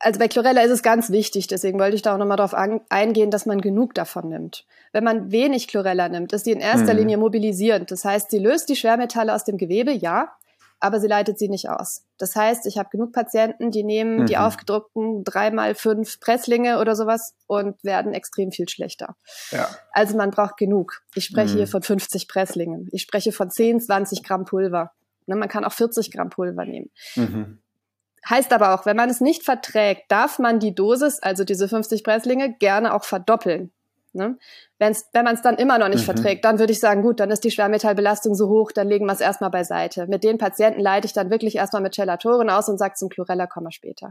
Also bei Chlorella ist es ganz wichtig, deswegen wollte ich da auch nochmal darauf eingehen, dass man genug davon nimmt. Wenn man wenig Chlorella nimmt, ist sie in erster Linie mobilisierend. Das heißt, sie löst die Schwermetalle aus dem Gewebe, ja, aber sie leitet sie nicht aus. Das heißt, ich habe genug Patienten, die nehmen die aufgedruckten 3x5 Presslinge oder sowas und werden extrem viel schlechter. Ja. Also man braucht genug. Ich spreche hier von 50 Presslingen. Ich spreche von 10, 20 Gramm Pulver. Ne, man kann auch 40 Gramm Pulver nehmen. Heißt aber auch, wenn man es nicht verträgt, darf man die Dosis, also diese 50 Presslinge, gerne auch verdoppeln. Ne? Wenn man es dann immer noch nicht verträgt, dann würde ich sagen, gut, dann ist die Schwermetallbelastung so hoch, dann legen wir es erstmal beiseite. Mit den Patienten leite ich dann wirklich erstmal mit Chelatoren aus und sage zum Chlorella, kommen wir später.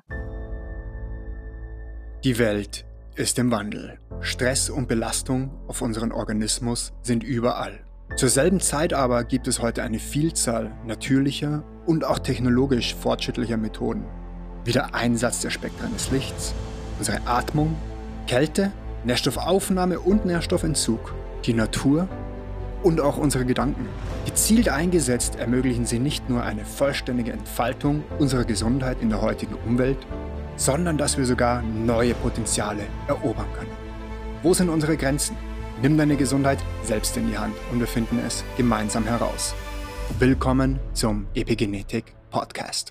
Die Welt ist im Wandel. Stress und Belastung auf unseren Organismus sind überall. Zur selben Zeit aber gibt es heute eine Vielzahl natürlicher und auch technologisch fortschrittlicher Methoden, wie der Einsatz der Spektren des Lichts, unsere Atmung, Kälte, Nährstoffaufnahme und Nährstoffentzug, die Natur und auch unsere Gedanken. Gezielt eingesetzt ermöglichen sie nicht nur eine vollständige Entfaltung unserer Gesundheit in der heutigen Umwelt, sondern dass wir sogar neue Potenziale erobern können. Wo sind unsere Grenzen? Nimm deine Gesundheit selbst in die Hand und wir finden es gemeinsam heraus. Willkommen zum Epigenetik Podcast.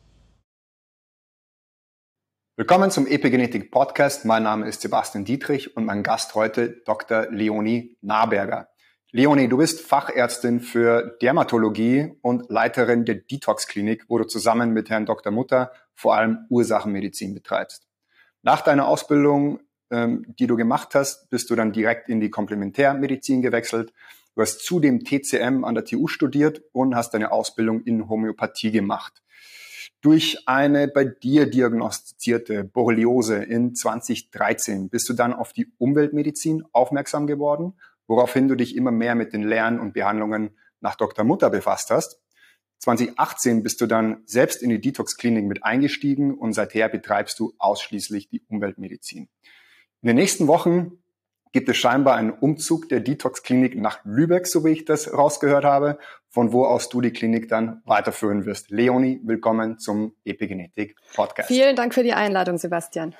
Willkommen zum Epigenetik Podcast. Mein Name ist Sebastian Dietrich und mein Gast heute Dr. Leonie Naberger. Leonie, du bist Fachärztin für Dermatologie und Leiterin der Detox-Klinik, wo du zusammen mit Herrn Dr. Mutter vor allem Ursachenmedizin betreibst. Nach deiner Ausbildung, die du gemacht hast, bist du dann direkt in die Komplementärmedizin gewechselt. Du hast zudem TCM an der TU studiert und hast deine Ausbildung in Homöopathie gemacht. Durch eine bei dir diagnostizierte Borreliose in 2013 bist du dann auf die Umweltmedizin aufmerksam geworden, woraufhin du dich immer mehr mit den Lehren und Behandlungen nach Dr. Mutter befasst hast. 2018 bist du dann selbst in die Detox-Klinik mit eingestiegen und seither betreibst du ausschließlich die Umweltmedizin. In den nächsten Wochen gibt es scheinbar einen Umzug der Detox-Klinik nach Lübeck, so wie ich das rausgehört habe, von wo aus du die Klinik dann weiterführen wirst. Leonie, willkommen zum Epigenetik-Podcast. Vielen Dank für die Einladung, Sebastian.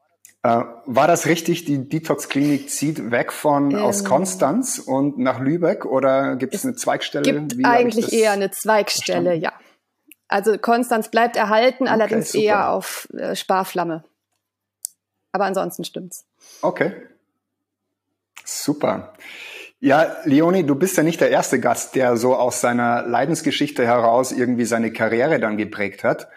War das richtig, die Detox-Klinik zieht weg aus Konstanz und nach Lübeck oder gibt es eine Zweigstelle? Es gibt eigentlich eher eine Zweigstelle, verstanden? Ja. Also Konstanz bleibt erhalten, okay, allerdings super. Eher auf Sparflamme. Aber ansonsten stimmt's. Okay. Super. Ja, Leonie, du bist ja nicht der erste Gast, der so aus seiner Leidensgeschichte heraus irgendwie seine Karriere dann geprägt hat.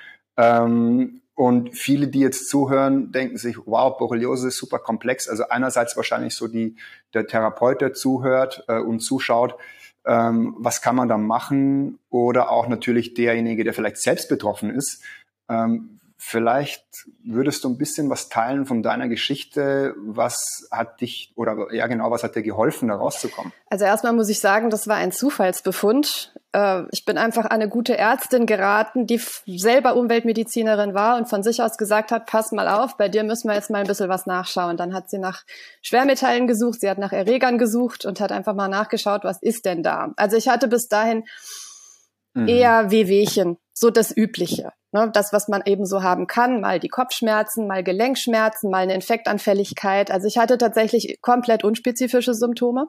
Und viele, die jetzt zuhören, denken sich, wow, Borreliose ist super komplex. Also einerseits wahrscheinlich so der Therapeut, der zuhört und zuschaut, was kann man da machen? Oder auch natürlich derjenige, der vielleicht selbst betroffen ist. Vielleicht würdest du ein bisschen was teilen von deiner Geschichte. Was hat dich was hat dir geholfen, da rauszukommen? Also erstmal muss ich sagen, das war ein Zufallsbefund. Ich bin einfach an eine gute Ärztin geraten, die selber Umweltmedizinerin war und von sich aus gesagt hat, pass mal auf, bei dir müssen wir jetzt mal ein bisschen was nachschauen. Dann hat sie nach Schwermetallen gesucht, sie hat nach Erregern gesucht und hat einfach mal nachgeschaut, was ist denn da? Also ich hatte bis dahin eher Wehwehchen, so das Übliche. Ne, das, was man eben so haben kann, mal die Kopfschmerzen, mal Gelenkschmerzen, mal eine Infektanfälligkeit. Also ich hatte tatsächlich komplett unspezifische Symptome.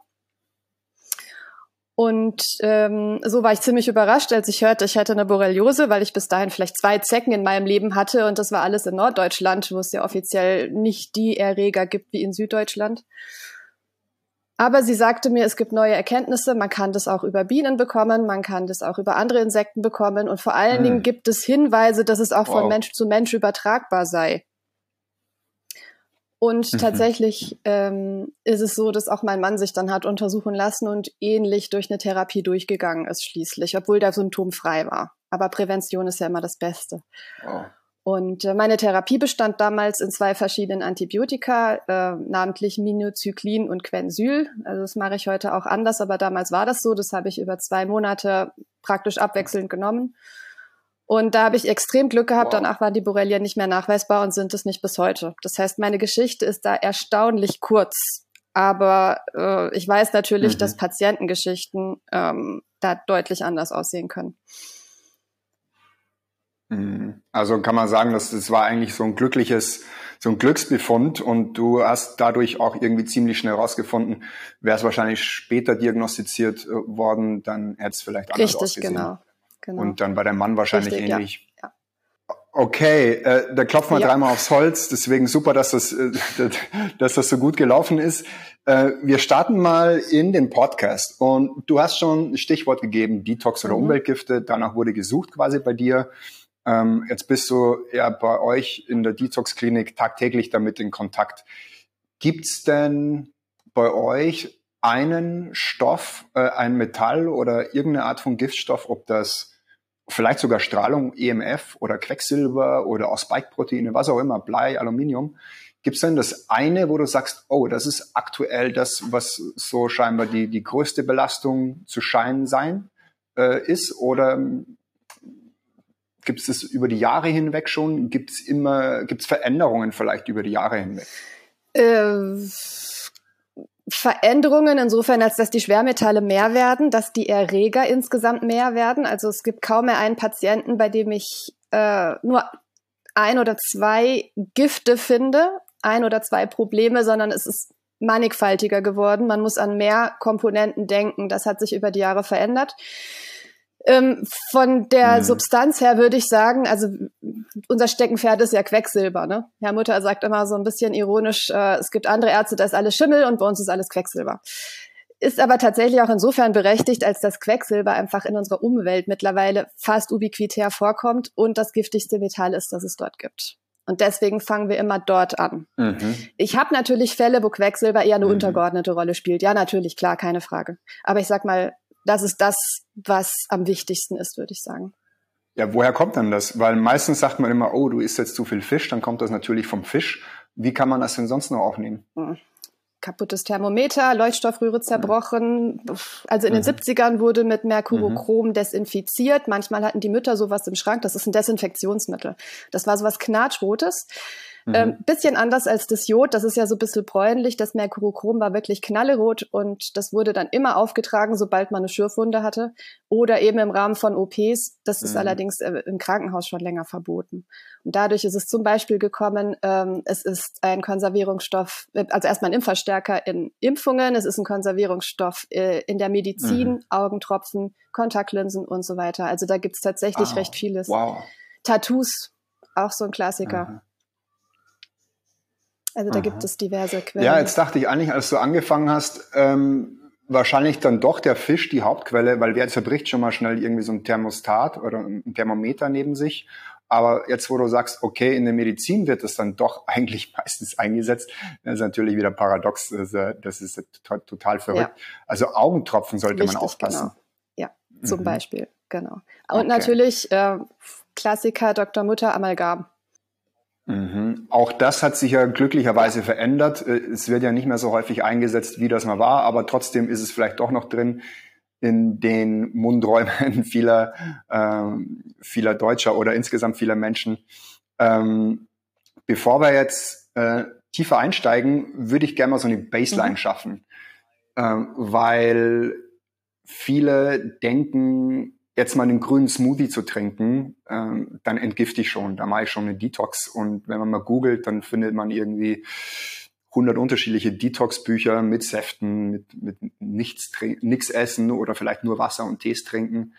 Und so war ich ziemlich überrascht, als ich hörte, ich hätte eine Borreliose, weil ich bis dahin vielleicht 2 Zecken in meinem Leben hatte. Und das war alles in Norddeutschland, wo es ja offiziell nicht die Erreger gibt wie in Süddeutschland. Aber sie sagte mir, es gibt neue Erkenntnisse, man kann das auch über Bienen bekommen, man kann das auch über andere Insekten bekommen und vor allen Dingen gibt es Hinweise, dass es auch von Mensch zu Mensch übertragbar sei. Und tatsächlich ist es so, dass auch mein Mann sich dann hat untersuchen lassen und ähnlich durch eine Therapie durchgegangen ist schließlich, obwohl der symptomfrei war. Aber Prävention ist ja immer das Beste. Wow. Und meine Therapie bestand damals in 2 verschiedenen Antibiotika, namentlich Minocyclin und Quensyl. Also das mache ich heute auch anders, aber damals war das so. Das habe ich über 2 Monate praktisch abwechselnd genommen. Und da habe ich extrem Glück gehabt. Wow. Danach waren die Borrelien nicht mehr nachweisbar und sind es nicht bis heute. Das heißt, meine Geschichte ist da erstaunlich kurz. Aber ich weiß natürlich, dass Patientengeschichten da deutlich anders aussehen können. Also kann man sagen, dass das war eigentlich so ein Glücksbefund und du hast dadurch auch irgendwie ziemlich schnell rausgefunden, wäre es wahrscheinlich später diagnostiziert worden, dann hätte es vielleicht anders ausgesehen. Richtig, genau. Und dann bei deinem Mann wahrscheinlich richtig, ähnlich. Ja. Okay, da klopfen wir dreimal aufs Holz, deswegen super, dass das so gut gelaufen ist. Wir starten mal in den Podcast und du hast schon ein Stichwort gegeben, Detox oder Umweltgifte, danach wurde gesucht quasi bei dir. Jetzt bist du ja bei euch in der Detox-Klinik tagtäglich damit in Kontakt. Gibt's denn bei euch einen Stoff, ein Metall oder irgendeine Art von Giftstoff, ob das vielleicht sogar Strahlung, EMF oder Quecksilber oder auch Spike-Proteine, was auch immer, Blei, Aluminium. Gibt's denn das eine, wo du sagst, oh, das ist aktuell das, was so scheinbar die größte Belastung zu Schein sein ist? Oder gibt es das über die Jahre hinweg schon? Gibt's Veränderungen vielleicht über die Jahre hinweg? Veränderungen insofern, als dass die Schwermetalle mehr werden, dass die Erreger insgesamt mehr werden. Also es gibt kaum mehr einen Patienten, bei dem ich nur 1 oder 2 Gifte finde, 1 oder 2 Probleme, sondern es ist mannigfaltiger geworden. Man muss an mehr Komponenten denken. Das hat sich über die Jahre verändert. Von der Substanz her würde ich sagen, also unser Steckenpferd ist ja Quecksilber, ne? Herr Mutter sagt immer so ein bisschen ironisch, es gibt andere Ärzte, da ist alles Schimmel und bei uns ist alles Quecksilber. Ist aber tatsächlich auch insofern berechtigt, als das Quecksilber einfach in unserer Umwelt mittlerweile fast ubiquitär vorkommt und das giftigste Metall ist, das es dort gibt. Und deswegen fangen wir immer dort an. Ich habe natürlich Fälle, wo Quecksilber eher eine untergeordnete Rolle spielt. Ja, natürlich, klar, keine Frage. Aber ich sag mal, das ist das, was am wichtigsten ist, würde ich sagen. Ja, woher kommt dann das? Weil meistens sagt man immer, oh, du isst jetzt zu viel Fisch, dann kommt das natürlich vom Fisch. Wie kann man das denn sonst noch aufnehmen? Kaputtes Thermometer, Leuchtstoffröhre zerbrochen. Also in den 70ern wurde mit Merkurochrom desinfiziert. Manchmal hatten die Mütter sowas im Schrank. Das ist ein Desinfektionsmittel. Das war sowas Knatschrotes. Bisschen anders als das Jod, das ist ja so ein bisschen bräunlich. Das Merkurochrom war wirklich knallerot und das wurde dann immer aufgetragen, sobald man eine Schürfwunde hatte oder eben im Rahmen von OPs. Das ist allerdings im Krankenhaus schon länger verboten. Und dadurch ist es zum Beispiel gekommen, es ist ein Konservierungsstoff, also erstmal ein Impfverstärker in Impfungen, es ist ein Konservierungsstoff in der Medizin, Augentropfen, Kontaktlinsen und so weiter. Also da gibt's tatsächlich recht vieles. Wow. Tattoos, auch so ein Klassiker. Also da gibt es diverse Quellen. Ja, jetzt dachte ich eigentlich, als du angefangen hast, wahrscheinlich dann doch der Fisch die Hauptquelle, weil wer zerbricht schon mal schnell irgendwie so ein Thermostat oder ein Thermometer neben sich. Aber jetzt, wo du sagst, okay, in der Medizin wird das dann doch eigentlich meistens eingesetzt, das ist natürlich wieder paradox, das ist total verrückt. Ja. Also Augentropfen sollte man aufpassen. Genau. Ja, zum Beispiel, genau. Und natürlich Klassiker Dr. Mutter Amalgam. Auch das hat sich ja glücklicherweise verändert. Es wird ja nicht mehr so häufig eingesetzt, wie das mal war, aber trotzdem ist es vielleicht doch noch drin in den Mundräumen vieler Deutscher oder insgesamt vieler Menschen. Bevor wir jetzt tiefer einsteigen, würde ich gerne mal so eine Baseline schaffen, weil viele denken, jetzt mal einen grünen Smoothie zu trinken, dann entgifte ich schon, da mache ich schon eine Detox. Und wenn man mal googelt, dann findet man irgendwie 100 unterschiedliche Detox-Bücher mit Säften, mit nichts essen oder vielleicht nur Wasser und Tees trinken.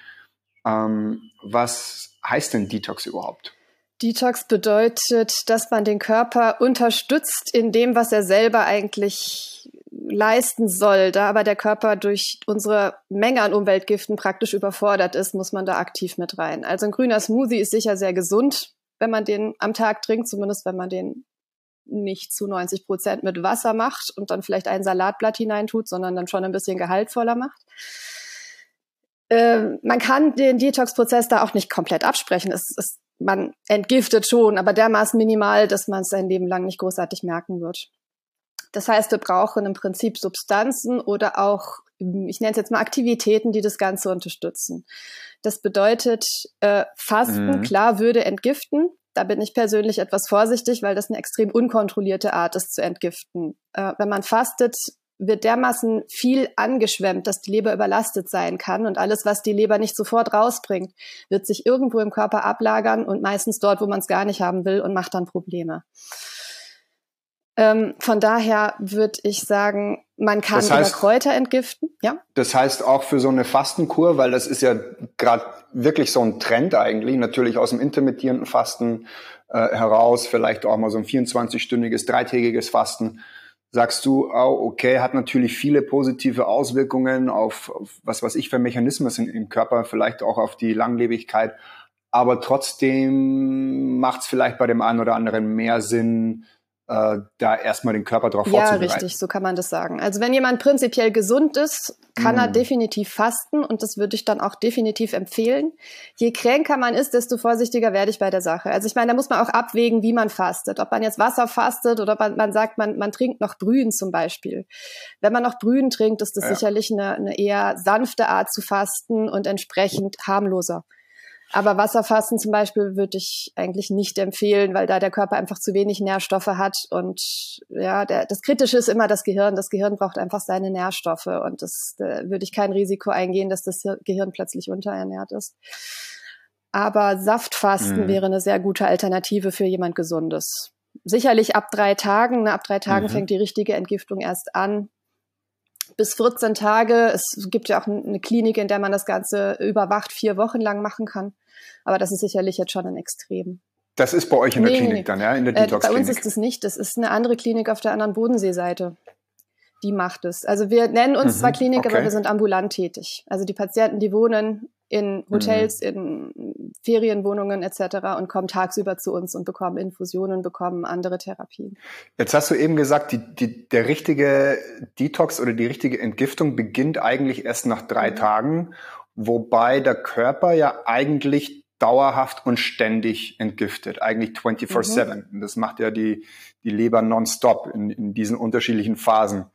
Was heißt denn Detox überhaupt? Detox bedeutet, dass man den Körper unterstützt in dem, was er selber eigentlich leisten soll. Da aber der Körper durch unsere Menge an Umweltgiften praktisch überfordert ist, muss man da aktiv mit rein. Also ein grüner Smoothie ist sicher sehr gesund, wenn man den am Tag trinkt, zumindest wenn man den nicht zu 90% mit Wasser macht und dann vielleicht ein Salatblatt hineintut, sondern dann schon ein bisschen gehaltvoller macht. Man kann den Detox-Prozess da auch nicht komplett absprechen. Man entgiftet schon, aber dermaßen minimal, dass man es sein Leben lang nicht großartig merken wird. Das heißt, wir brauchen im Prinzip Substanzen oder auch, ich nenne es jetzt mal Aktivitäten, die das Ganze unterstützen. Das bedeutet, Fasten, klar, würde entgiften. Da bin ich persönlich etwas vorsichtig, weil das eine extrem unkontrollierte Art ist zu entgiften. Wenn man fastet, wird dermaßen viel angeschwemmt, dass die Leber überlastet sein kann. Und alles, was die Leber nicht sofort rausbringt, wird sich irgendwo im Körper ablagern und meistens dort, wo man es gar nicht haben will und macht dann Probleme. Von daher würde ich sagen, man kann über Kräuter entgiften. Ja? Das heißt auch für so eine Fastenkur, weil das ist ja gerade wirklich so ein Trend eigentlich, natürlich aus dem intermittierenden Fasten heraus, vielleicht auch mal so ein 24-stündiges, dreitägiges Fasten. Sagst du, oh, okay, hat natürlich viele positive Auswirkungen auf was weiß ich für Mechanismen im Körper, vielleicht auch auf die Langlebigkeit. Aber trotzdem macht es vielleicht bei dem einen oder anderen mehr Sinn, da erstmal den Körper drauf vorzubereiten. Ja, richtig, so kann man das sagen. Also wenn jemand prinzipiell gesund ist, kann er definitiv fasten und das würde ich dann auch definitiv empfehlen. Je kränker man ist, desto vorsichtiger werde ich bei der Sache. Also ich meine, da muss man auch abwägen, wie man fastet. Ob man jetzt Wasser fastet oder ob man sagt, man trinkt noch Brühen zum Beispiel. Wenn man noch Brühen trinkt, ist das sicherlich eine eher sanfte Art zu fasten und entsprechend harmloser. Aber Wasserfasten zum Beispiel würde ich eigentlich nicht empfehlen, weil da der Körper einfach zu wenig Nährstoffe hat. Und ja, das Kritische ist immer das Gehirn. Das Gehirn braucht einfach seine Nährstoffe. Und da würde ich kein Risiko eingehen, dass das Gehirn plötzlich unterernährt ist. Aber Saftfasten wäre eine sehr gute Alternative für jemand Gesundes. Sicherlich ab 3 Tagen. Ab 3 Tagen fängt die richtige Entgiftung erst an. Bis 14 Tage. Es gibt ja auch eine Klinik, in der man das Ganze überwacht 4 Wochen lang machen kann. Aber das ist sicherlich jetzt schon ein Extrem. Das ist bei euch in der Klinik dann, ja? In der Detox-Klinik? Bei uns ist es nicht. Das ist eine andere Klinik auf der anderen Bodenseeseite. Die macht es. Also wir nennen uns zwar Klinik, aber wir sind ambulant tätig. Also die Patienten, die wohnen in Hotels, in Ferienwohnungen etc. und kommen tagsüber zu uns und bekommen Infusionen, bekommen andere Therapien. Jetzt hast du eben gesagt, der richtige Detox oder die richtige Entgiftung beginnt eigentlich erst nach 3 Tagen, wobei der Körper ja eigentlich dauerhaft und ständig entgiftet, eigentlich 24/7. Das macht ja die Leber nonstop in diesen unterschiedlichen Phasen.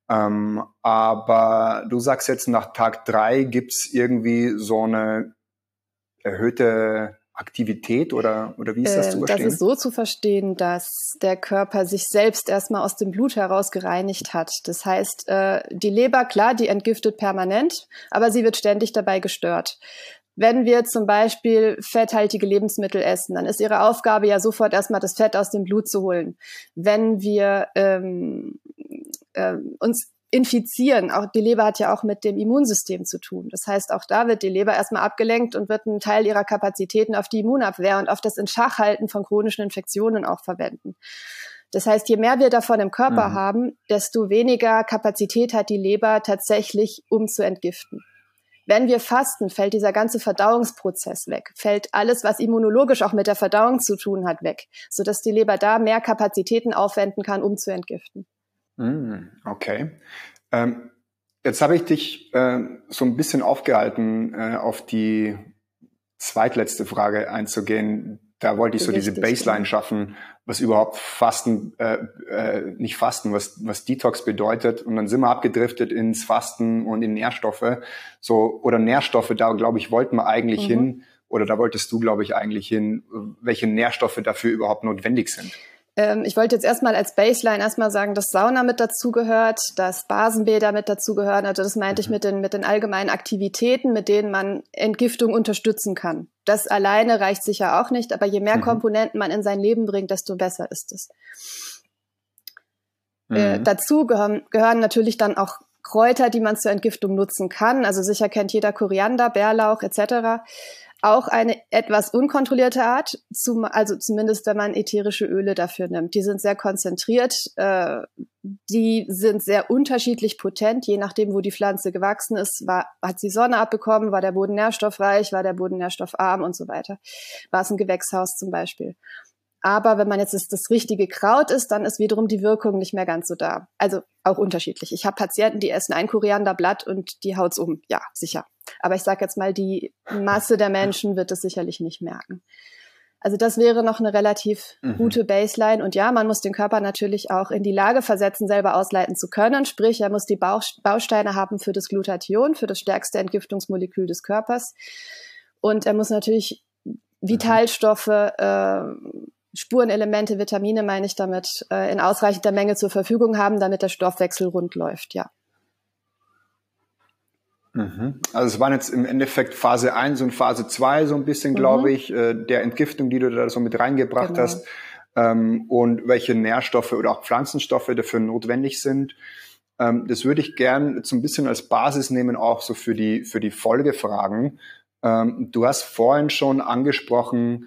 Aber du sagst jetzt, nach Tag 3 gibt's irgendwie so eine erhöhte Aktivität oder wie ist das zu verstehen? Das ist so zu verstehen, dass der Körper sich selbst erstmal aus dem Blut heraus gereinigt hat. Das heißt, die Leber, klar, die entgiftet permanent, aber sie wird ständig dabei gestört. Wenn wir zum Beispiel fetthaltige Lebensmittel essen, dann ist ihre Aufgabe ja sofort erstmal das Fett aus dem Blut zu holen. Wenn wir uns infizieren, auch die Leber hat ja auch mit dem Immunsystem zu tun. Das heißt, auch da wird die Leber erstmal abgelenkt und wird einen Teil ihrer Kapazitäten auf die Immunabwehr und auf das Inschachhalten von chronischen Infektionen auch verwenden. Das heißt, je mehr wir davon im Körper haben, desto weniger Kapazität hat die Leber tatsächlich, um zu entgiften. Wenn wir fasten, fällt dieser ganze Verdauungsprozess weg, fällt alles, was immunologisch auch mit der Verdauung zu tun hat, weg, sodass die Leber da mehr Kapazitäten aufwenden kann, um zu entgiften. Okay. Jetzt habe ich dich so ein bisschen aufgehalten, auf die zweitletzte Frage einzugehen. Da wollte ich so diese Baseline schaffen, was überhaupt Fasten, nicht Fasten, was Detox bedeutet. Und dann sind wir abgedriftet ins Fasten und in Nährstoffe. Oder Nährstoffe, da glaube ich, wollten wir eigentlich hin, oder da wolltest du, glaube ich, eigentlich hin, welche Nährstoffe dafür überhaupt notwendig sind. Ich wollte jetzt erstmal als Baseline erstmal sagen, dass Sauna mit dazugehört, dass Basenbäder mit dazugehören. Also das meinte ich mit den allgemeinen Aktivitäten, mit denen man Entgiftung unterstützen kann. Das alleine reicht sicher auch nicht, aber je mehr Komponenten man in sein Leben bringt, desto besser ist es. Dazu gehören natürlich dann auch Kräuter, die man zur Entgiftung nutzen kann. Also sicher kennt jeder Koriander, Bärlauch etc., auch eine etwas unkontrollierte Art, also zumindest wenn man ätherische Öle dafür nimmt. Die sind sehr konzentriert, die sind sehr unterschiedlich potent, je nachdem, wo die Pflanze gewachsen ist. Hat sie Sonne abbekommen, war der Boden nährstoffreich, war der Boden nährstoffarm und so weiter. War es ein Gewächshaus zum Beispiel. Aber wenn man jetzt das richtige Kraut isst, dann ist wiederum die Wirkung nicht mehr ganz so da. Also auch unterschiedlich. Ich habe Patienten, die essen ein Korianderblatt und die haut's um. Ja, sicher. Aber ich sage jetzt mal, die Masse der Menschen wird es sicherlich nicht merken. Also das wäre noch eine relativ gute Baseline. Und ja, man muss den Körper natürlich auch in die Lage versetzen, selber ausleiten zu können. Sprich, er muss die Bausteine haben für das Glutathion, für das stärkste Entgiftungsmolekül des Körpers. Und er muss natürlich Vitalstoffe Spurenelemente, Vitamine meine ich damit, in ausreichender Menge zur Verfügung haben, damit der Stoffwechsel rund läuft, ja. Also es waren jetzt im Endeffekt Phase 1 und Phase 2 so ein bisschen, glaube ich, der Entgiftung, die du da so mit reingebracht hast, und welche Nährstoffe oder auch Pflanzenstoffe dafür notwendig sind. Das würde ich gern so ein bisschen als Basis nehmen, auch so für die Folgefragen. Du hast vorhin schon angesprochen,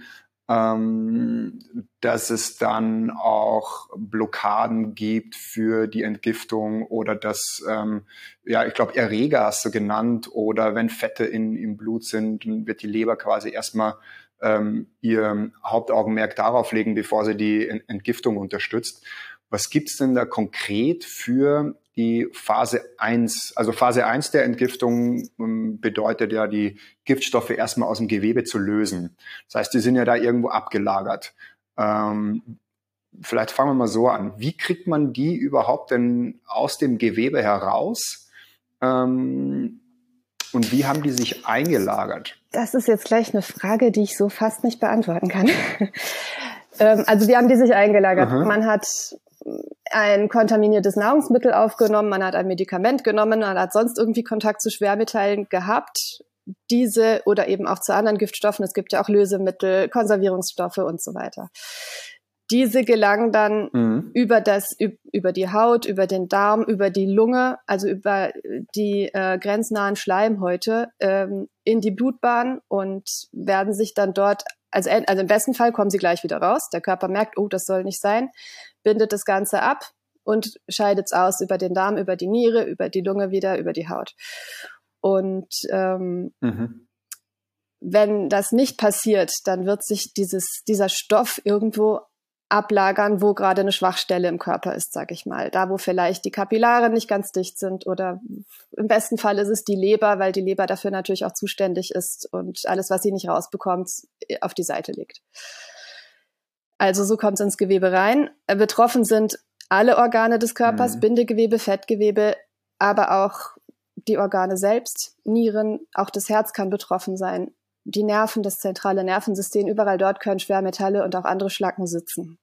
dass es dann auch Blockaden gibt für die Entgiftung oder dass, ich glaube, Erreger hast du genannt, oder wenn Fette im Blut sind, dann wird die Leber quasi erstmal ihr Hauptaugenmerk darauf legen, bevor sie die Entgiftung unterstützt. Was gibt's denn da konkret für die Phase 1? Also Phase 1 der Entgiftung bedeutet ja, die Giftstoffe erstmal aus dem Gewebe zu lösen. Das heißt, die sind ja da irgendwo abgelagert. Vielleicht fangen wir mal so an. Wie kriegt man die überhaupt denn aus dem Gewebe heraus? Und wie haben die sich eingelagert? Das ist jetzt gleich eine Frage, die ich so fast nicht beantworten kann. Also wie haben die sich eingelagert? Man hat ein kontaminiertes Nahrungsmittel aufgenommen, man hat ein Medikament genommen, man hat sonst irgendwie Kontakt zu Schwermetallen gehabt, diese oder eben auch zu anderen Giftstoffen. Es gibt ja auch Lösemittel, Konservierungsstoffe und so weiter. Diese gelangen dann über die Haut, über den Darm, über die Lunge, also über die grenznahen Schleimhäute in die Blutbahn und werden sich dann dort, also im besten Fall kommen sie gleich wieder raus. Der Körper merkt, oh, das soll nicht sein, bindet das Ganze ab und scheidet es aus über den Darm, über die Niere, über die Lunge wieder, über die Haut. Und wenn das nicht passiert, dann wird sich dieser Stoff irgendwo ablagern, wo gerade eine Schwachstelle im Körper ist, sage ich mal. Da, wo vielleicht die Kapillare nicht ganz dicht sind, oder im besten Fall ist es die Leber, weil die Leber dafür natürlich auch zuständig ist und alles, was sie nicht rausbekommt, auf die Seite legt. Also so kommt es ins Gewebe rein. Betroffen sind alle Organe des Körpers, Bindegewebe, Fettgewebe, aber auch die Organe selbst, Nieren, auch das Herz kann betroffen sein. Die Nerven, das zentrale Nervensystem, überall dort können Schwermetalle und auch andere Schlacken sitzen.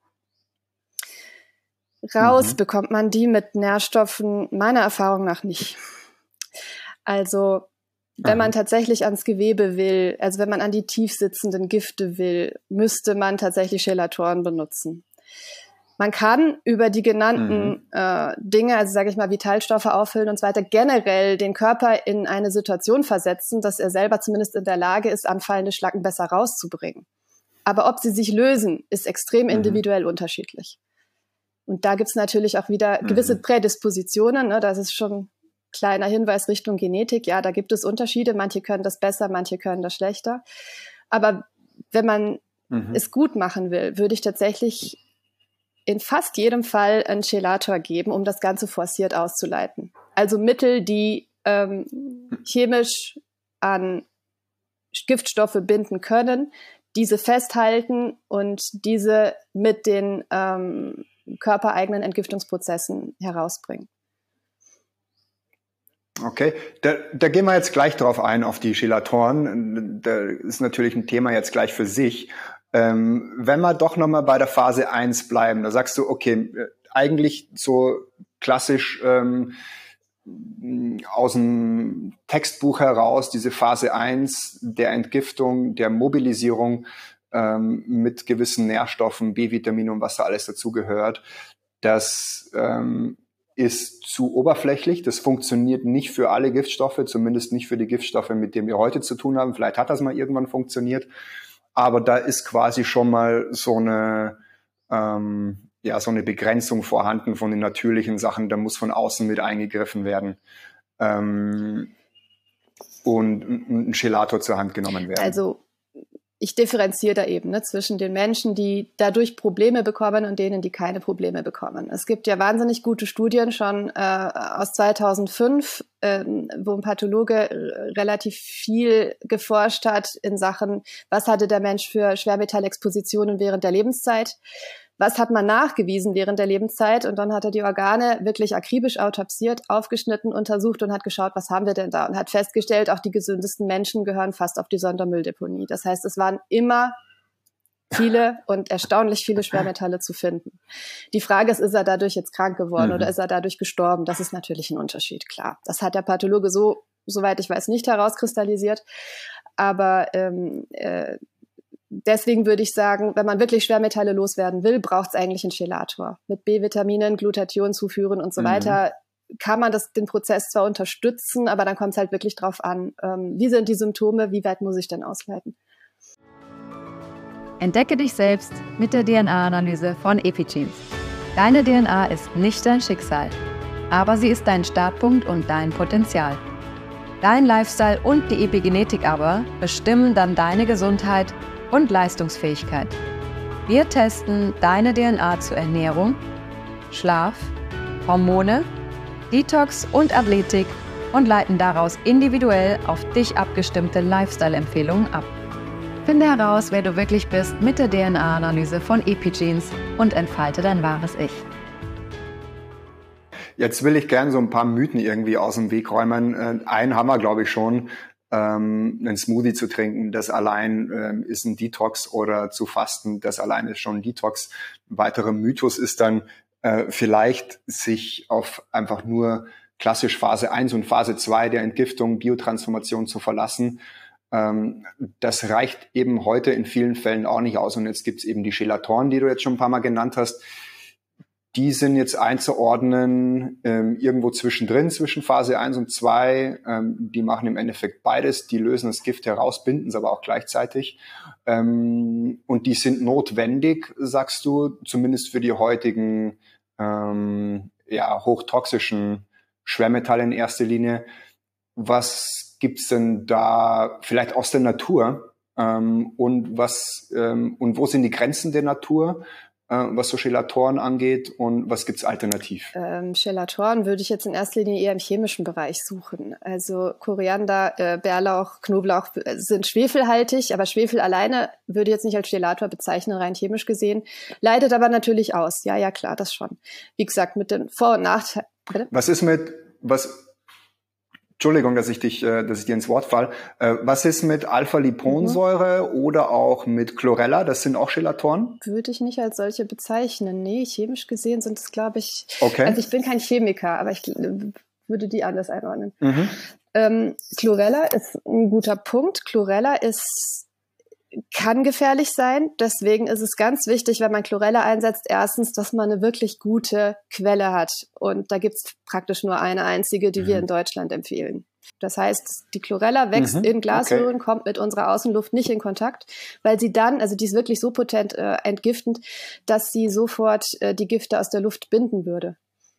Raus bekommt man die mit Nährstoffen meiner Erfahrung nach nicht. Also wenn man tatsächlich ans Gewebe will, also wenn man an die tief sitzenden Gifte will, müsste man tatsächlich Chelatoren benutzen. Man kann über die genannten Dinge, also sage ich mal Vitalstoffe auffüllen und so weiter, generell den Körper in eine Situation versetzen, dass er selber zumindest in der Lage ist, anfallende Schlacken besser rauszubringen. Aber ob sie sich lösen, ist extrem individuell unterschiedlich. Und da gibt's natürlich auch wieder gewisse Prädispositionen, ne? Das ist schon ein kleiner Hinweis Richtung Genetik. Ja, da gibt es Unterschiede. Manche können das besser, manche können das schlechter. Aber wenn man es gut machen will, würde ich tatsächlich in fast jedem Fall einen Chelator geben, um das Ganze forciert auszuleiten. Also Mittel, die chemisch an Giftstoffe binden können, diese festhalten und diese mit den körpereigenen Entgiftungsprozessen herausbringen. Okay, da gehen wir jetzt gleich drauf ein, auf die Chelatoren. Da ist natürlich ein Thema jetzt gleich für sich. Wenn wir doch nochmal bei der Phase 1 bleiben, da sagst du, okay, eigentlich so klassisch aus dem Textbuch heraus, diese Phase 1 der Entgiftung, der Mobilisierung mit gewissen Nährstoffen, B-Vitaminen und was da alles dazugehört, das ist zu oberflächlich. Das funktioniert nicht für alle Giftstoffe, zumindest nicht für die Giftstoffe, mit denen wir heute zu tun haben. Vielleicht hat das mal irgendwann funktioniert. Aber da ist quasi schon mal so eine Begrenzung vorhanden von den natürlichen Sachen. Da muss von außen mit eingegriffen werden und ein Chelator zur Hand genommen werden. Also ich differenziere da eben zwischen den Menschen, die dadurch Probleme bekommen und denen, die keine Probleme bekommen. Es gibt ja wahnsinnig gute Studien schon aus 2005, wo ein Pathologe relativ viel geforscht hat in Sachen, was hatte der Mensch für Schwermetallexpositionen während der Lebenszeit, was hat man nachgewiesen während der Lebenszeit, und dann hat er die Organe wirklich akribisch autopsiert, aufgeschnitten, untersucht und hat geschaut, was haben wir denn da, und hat festgestellt, auch die gesündesten Menschen gehören fast auf die Sondermülldeponie. Das heißt, es waren immer viele und erstaunlich viele Schwermetalle zu finden. Die Frage ist er dadurch jetzt krank geworden oder ist er dadurch gestorben? Das ist natürlich ein Unterschied, klar. Das hat der Pathologe soweit ich weiß, nicht herauskristallisiert. Aber deswegen würde ich sagen, wenn man wirklich Schwermetalle loswerden will, braucht es eigentlich einen Chelator. Mit B-Vitaminen, Glutathion zuführen und so weiter kann man den Prozess zwar unterstützen, aber dann kommt es halt wirklich drauf an, wie sind die Symptome, wie weit muss ich denn ausleiten. Entdecke dich selbst mit der DNA-Analyse von EpiGenes. Deine DNA ist nicht dein Schicksal, aber sie ist dein Startpunkt und dein Potenzial. Dein Lifestyle und die Epigenetik aber bestimmen dann deine Gesundheit und Leistungsfähigkeit. Wir testen deine DNA zu Ernährung, Schlaf, Hormone, Detox und Athletik und leiten daraus individuell auf dich abgestimmte Lifestyle-Empfehlungen ab. Finde heraus, wer du wirklich bist mit der DNA-Analyse von EpiGenes und entfalte dein wahres Ich. Jetzt will ich gerne so ein paar Mythen irgendwie aus dem Weg räumen. Einen haben wir, glaube ich, schon. Einen Smoothie zu trinken, das allein ist ein Detox, oder zu fasten, das allein ist schon ein Detox. Ein weiterer Mythos ist dann vielleicht sich auf einfach nur klassisch Phase 1 und Phase 2 der Entgiftung, Biotransformation zu verlassen. Das reicht eben heute in vielen Fällen auch nicht aus. Und jetzt gibt's eben die Chelatoren, die du jetzt schon ein paar Mal genannt hast. Die sind jetzt einzuordnen irgendwo zwischendrin, zwischen Phase 1 und 2. Die machen im Endeffekt beides. Die lösen das Gift heraus, binden es aber auch gleichzeitig. Und die sind notwendig, sagst du, zumindest für die heutigen hochtoxischen Schwermetalle in erster Linie. Was gibt's denn da vielleicht aus der Natur? Und wo sind die Grenzen der Natur, was so Chelatoren angeht, und was gibt's alternativ? Chelatoren würde ich jetzt in erster Linie eher im chemischen Bereich suchen. Also Koriander, Bärlauch, Knoblauch sind schwefelhaltig, aber Schwefel alleine würde ich jetzt nicht als Chelator bezeichnen, rein chemisch gesehen. Leidet aber natürlich aus. Ja, klar, das schon. Wie gesagt, mit den Vor- und Nachteilen. Entschuldigung, dass ich dir ins Wort falle. Was ist mit Alpha-Liponsäure oder auch mit Chlorella? Das sind auch Chelatoren? Würde ich nicht als solche bezeichnen. Nee, chemisch gesehen sind es, glaube ich, okay. Also ich bin kein Chemiker, aber ich würde die anders einordnen. Chlorella ist ein guter Punkt. Chlorella kann gefährlich sein. Deswegen ist es ganz wichtig, wenn man Chlorella einsetzt, erstens, dass man eine wirklich gute Quelle hat. Und da gibt's praktisch nur eine einzige, die wir in Deutschland empfehlen. Das heißt, die Chlorella wächst in Glasröhren, kommt mit unserer Außenluft nicht in Kontakt, weil sie dann, also die ist wirklich so potent entgiftend, dass sie sofort die Gifte aus der Luft binden würde.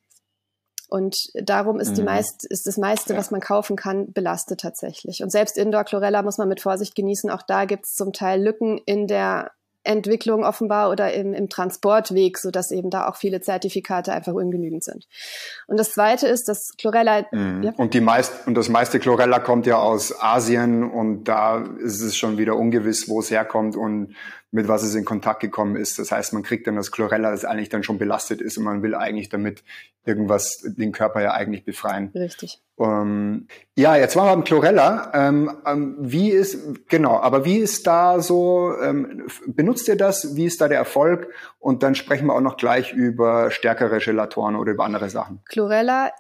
Und darum ist das meiste, was man kaufen kann, belastet tatsächlich. Und selbst Indoor-Chlorella muss man mit Vorsicht genießen. Auch da gibt es zum Teil Lücken in der Entwicklung offenbar oder im Transportweg, sodass eben da auch viele Zertifikate einfach ungenügend sind. Und das Zweite ist, dass Chlorella... Ja. Und das meiste Chlorella kommt ja aus Asien, und da ist es schon wieder ungewiss, wo es herkommt und mit was es in Kontakt gekommen ist. Das heißt, man kriegt dann das Chlorella, das eigentlich dann schon belastet ist, und man will eigentlich damit irgendwas den Körper ja eigentlich befreien. Richtig. Jetzt waren wir beim Chlorella. Wie ist da so, benutzt ihr das? Wie ist da der Erfolg? Und dann sprechen wir auch noch gleich über stärkere Chelatoren oder über andere Sachen. Chlorella,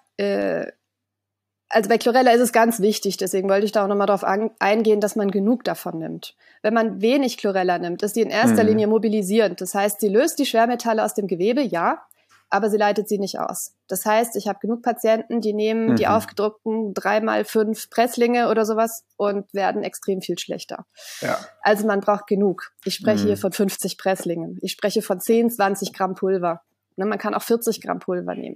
also bei Chlorella ist es ganz wichtig, deswegen wollte ich da auch nochmal drauf eingehen, dass man genug davon nimmt. Wenn man wenig Chlorella nimmt, ist die in erster Linie mobilisierend. Das heißt, sie löst die Schwermetalle aus dem Gewebe, ja, aber sie leitet sie nicht aus. Das heißt, ich habe genug Patienten, die nehmen die aufgedruckten 3x5 Presslinge oder sowas und werden extrem viel schlechter. Ja. Also man braucht genug. Ich spreche hier von 50 Presslingen. Ich spreche von 10, 20 Gramm Pulver. Man kann auch 40 Gramm Pulver nehmen.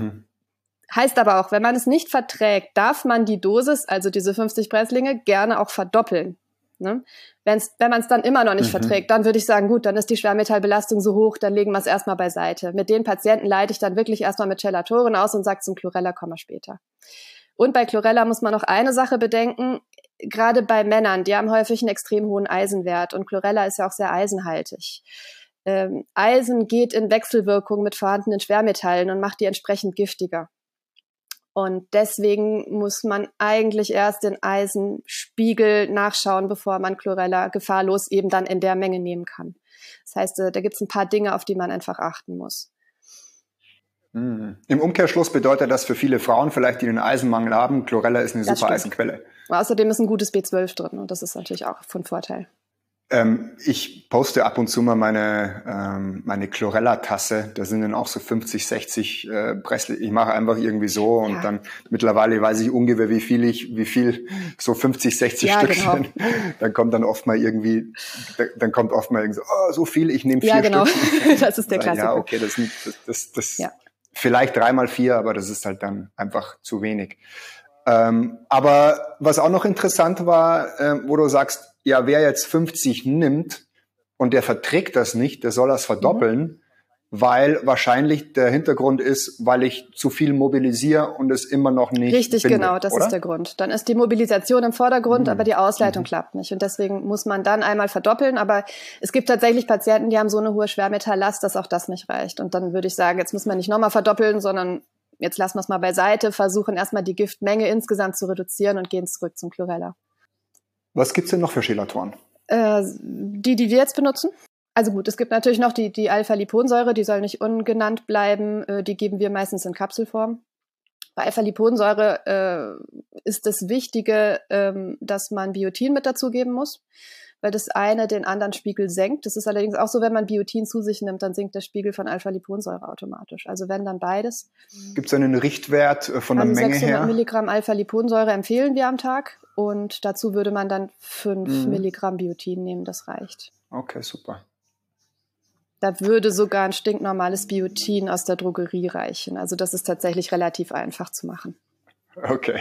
Heißt aber auch, wenn man es nicht verträgt, darf man die Dosis, also diese 50 Presslinge, gerne auch verdoppeln. Ne? Wenn man es dann immer noch nicht verträgt, dann würde ich sagen, gut, dann ist die Schwermetallbelastung so hoch, dann legen wir es erstmal beiseite. Mit den Patienten leite ich dann wirklich erstmal mit Chelatoren aus und sage, zum Chlorella kommen wir später. Und bei Chlorella muss man noch eine Sache bedenken, gerade bei Männern, die haben häufig einen extrem hohen Eisenwert, und Chlorella ist ja auch sehr eisenhaltig. Eisen geht in Wechselwirkung mit vorhandenen Schwermetallen und macht die entsprechend giftiger. Und deswegen muss man eigentlich erst den Eisenspiegel nachschauen, bevor man Chlorella gefahrlos eben dann in der Menge nehmen kann. Das heißt, da gibt es ein paar Dinge, auf die man einfach achten muss. Im Umkehrschluss bedeutet das für viele Frauen vielleicht, die einen Eisenmangel haben, Chlorella ist eine super Eisenquelle. Außerdem ist ein gutes B12 drin und das ist natürlich auch von Vorteil. Ich poste ab und zu mal meine Chlorella-Tasse. Da sind dann auch so 50, 60 Pressli. Ich mache einfach irgendwie so und dann mittlerweile weiß ich ungefähr, wie viel so 50, 60 Stück sind. Dann kommt oft mal irgendwie so, so viel, ich nehme 4 Stück. Das ist der Klassiker. Ja, okay, das vielleicht 3x4, aber das ist halt dann einfach zu wenig. Aber was auch noch interessant war, wo du sagst, ja, wer jetzt 50 nimmt und der verträgt das nicht, der soll das verdoppeln, weil wahrscheinlich der Hintergrund ist, weil ich zu viel mobilisiere und es immer noch nicht Richtig, finde, genau, das oder? ist der Grund. Dann ist die Mobilisation im Vordergrund, aber die Ausleitung klappt nicht. Und deswegen muss man dann einmal verdoppeln. Aber es gibt tatsächlich Patienten, die haben so eine hohe Schwermetalllast, dass auch das nicht reicht. Und dann würde ich sagen, jetzt muss man nicht nochmal verdoppeln, sondern jetzt lassen wir es mal beiseite, versuchen erstmal die Giftmenge insgesamt zu reduzieren und gehen zurück zum Chlorella. Was gibt's denn noch für Chelatoren? Die wir jetzt benutzen. Also gut, es gibt natürlich noch die Alpha-Liponsäure, die soll nicht ungenannt bleiben. Die geben wir meistens in Kapselform. Bei Alpha-Liponsäure ist das Wichtige, dass man Biotin mit dazugeben muss, weil das eine den anderen Spiegel senkt. Das ist allerdings auch so, wenn man Biotin zu sich nimmt, dann sinkt der Spiegel von Alpha-Liponsäure automatisch. Also wenn dann beides. Gibt es einen Richtwert von der Menge her? 600 Milligramm Alpha-Liponsäure empfehlen wir am Tag und dazu würde man dann 5 Milligramm Biotin nehmen, das reicht. Okay, super. Da würde sogar ein stinknormales Biotin aus der Drogerie reichen. Also das ist tatsächlich relativ einfach zu machen. Okay.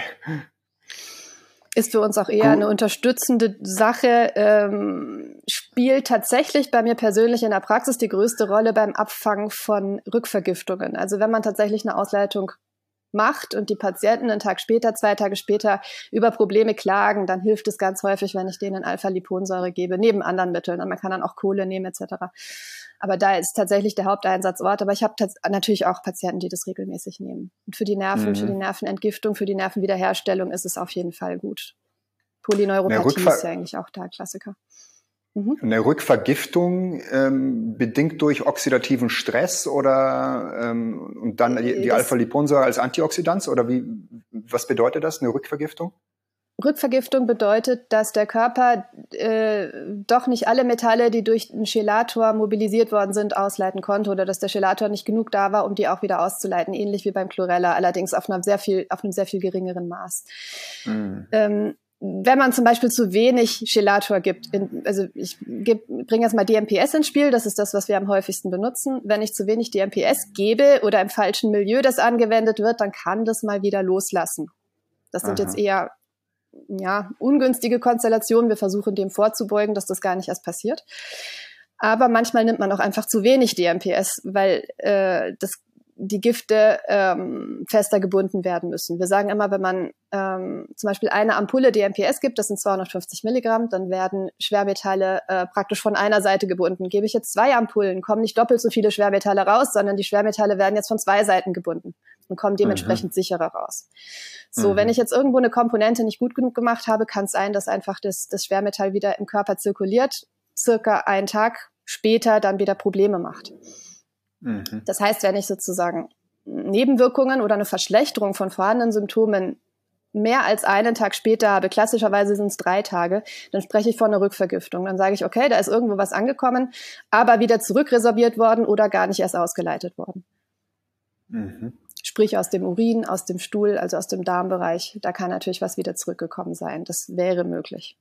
Ist für uns auch eher eine unterstützende Sache, spielt tatsächlich bei mir persönlich in der Praxis die größte Rolle beim Abfangen von Rückvergiftungen. Also wenn man tatsächlich eine Ausleitung macht und die Patienten einen Tag später, 2 Tage später über Probleme klagen, dann hilft es ganz häufig, wenn ich denen Alpha-Liponsäure gebe, neben anderen Mitteln. Und man kann dann auch Kohle nehmen etc. Aber da ist tatsächlich der Haupteinsatzort. Aber ich habe natürlich auch Patienten, die das regelmäßig nehmen. Und für die Nerven, für die Nervenentgiftung, für die Nervenwiederherstellung ist es auf jeden Fall gut. Polyneuropathie ist ja eigentlich auch der Klassiker. Eine Rückvergiftung bedingt durch oxidativen Stress oder und dann die Alpha-Liponsäure als Antioxidant oder was bedeutet das, eine Rückvergiftung? Rückvergiftung bedeutet, dass der Körper doch nicht alle Metalle, die durch einen Chelator mobilisiert worden sind, ausleiten konnte oder dass der Chelator nicht genug da war, um die auch wieder auszuleiten, ähnlich wie beim Chlorella, allerdings auf einem sehr viel geringeren Maß. Wenn man zum Beispiel zu wenig Chelator gibt, ich bringe jetzt mal DMPS ins Spiel, das ist das, was wir am häufigsten benutzen. Wenn ich zu wenig DMPS gebe oder im falschen Milieu das angewendet wird, dann kann das mal wieder loslassen. Das sind jetzt eher ungünstige Konstellationen. Wir versuchen dem vorzubeugen, dass das gar nicht erst passiert. Aber manchmal nimmt man auch einfach zu wenig DMPS, weil die Gifte fester gebunden werden müssen. Wir sagen immer, wenn man zum Beispiel eine Ampulle DMPS gibt, das sind 250 Milligramm, dann werden Schwermetalle praktisch von einer Seite gebunden. Gebe ich jetzt 2 Ampullen, kommen nicht doppelt so viele Schwermetalle raus, sondern die Schwermetalle werden jetzt von 2 Seiten gebunden und kommen dementsprechend sicherer raus. So, wenn ich jetzt irgendwo eine Komponente nicht gut genug gemacht habe, kann es sein, dass einfach das Schwermetall wieder im Körper zirkuliert, circa einen Tag später dann wieder Probleme macht. Das heißt, wenn ich sozusagen Nebenwirkungen oder eine Verschlechterung von vorhandenen Symptomen mehr als einen Tag später habe, klassischerweise sind es 3 Tage, dann spreche ich von einer Rückvergiftung. Dann sage ich, okay, da ist irgendwo was angekommen, aber wieder zurückresorbiert worden oder gar nicht erst ausgeleitet worden. Sprich aus dem Urin, aus dem Stuhl, also aus dem Darmbereich. Da kann natürlich was wieder zurückgekommen sein. Das wäre möglich.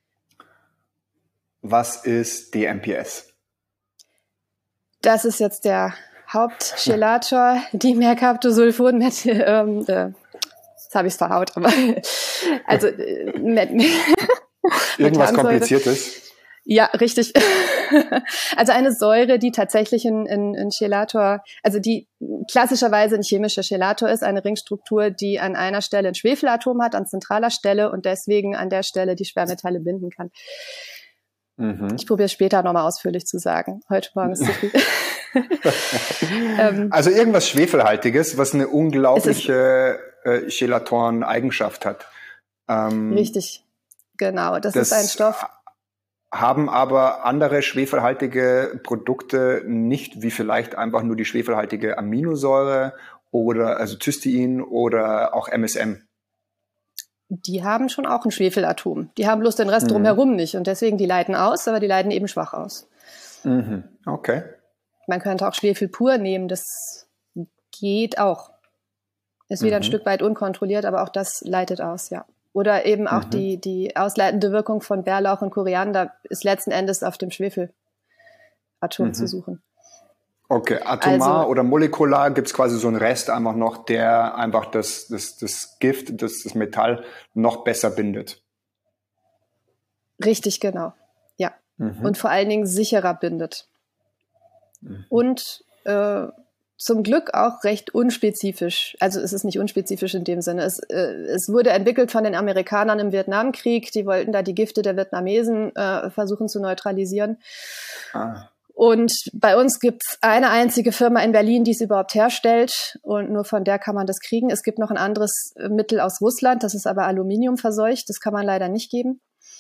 Was ist DMPS? Das ist jetzt der Hauptchelator, Dimercaptosulfon mit, jetzt habe ich es verhaut, aber also irgendwas Kompliziertes? Ja, richtig. Also eine Säure, die tatsächlich ein Chelator, also die klassischerweise ein chemischer Chelator ist, eine Ringstruktur, die an einer Stelle ein Schwefelatom hat, an zentraler Stelle und deswegen an der Stelle die Schwermetalle binden kann. Ich probiere es später nochmal ausführlich zu sagen. Heute Morgen ist zu viel. Also irgendwas Schwefelhaltiges, was eine unglaubliche Chelatorn-Eigenschaft hat. Richtig, genau. Das ist ein Stoff. Haben aber andere schwefelhaltige Produkte nicht, wie vielleicht einfach nur die schwefelhaltige Aminosäure oder also Cystein oder auch MSM. Die haben schon auch ein Schwefelatom. Die haben bloß den Rest drumherum nicht und deswegen die leiten aus, aber die leiten eben schwach aus. Okay. Man könnte auch Schwefel pur nehmen, das geht auch. Ist wieder ein Stück weit unkontrolliert, aber auch das leitet aus, ja. Oder eben auch die ausleitende Wirkung von Bärlauch und Koriander ist letzten Endes auf dem Schwefelatom zu suchen. Okay, atomar oder molekular gibt es quasi so einen Rest einfach noch, der einfach das Gift, das Metall noch besser bindet. Richtig, genau. Ja. Und vor allen Dingen sicherer bindet. Und zum Glück auch recht unspezifisch. Also es ist nicht unspezifisch in dem Sinne. Es wurde entwickelt von den Amerikanern im Vietnamkrieg. Die wollten da die Gifte der Vietnamesen versuchen zu neutralisieren. Und bei uns gibt es eine einzige Firma in Berlin, die es überhaupt herstellt. Und nur von der kann man das kriegen. Es gibt noch ein anderes Mittel aus Russland. Das ist aber aluminiumverseucht. Das kann man leider nicht geben.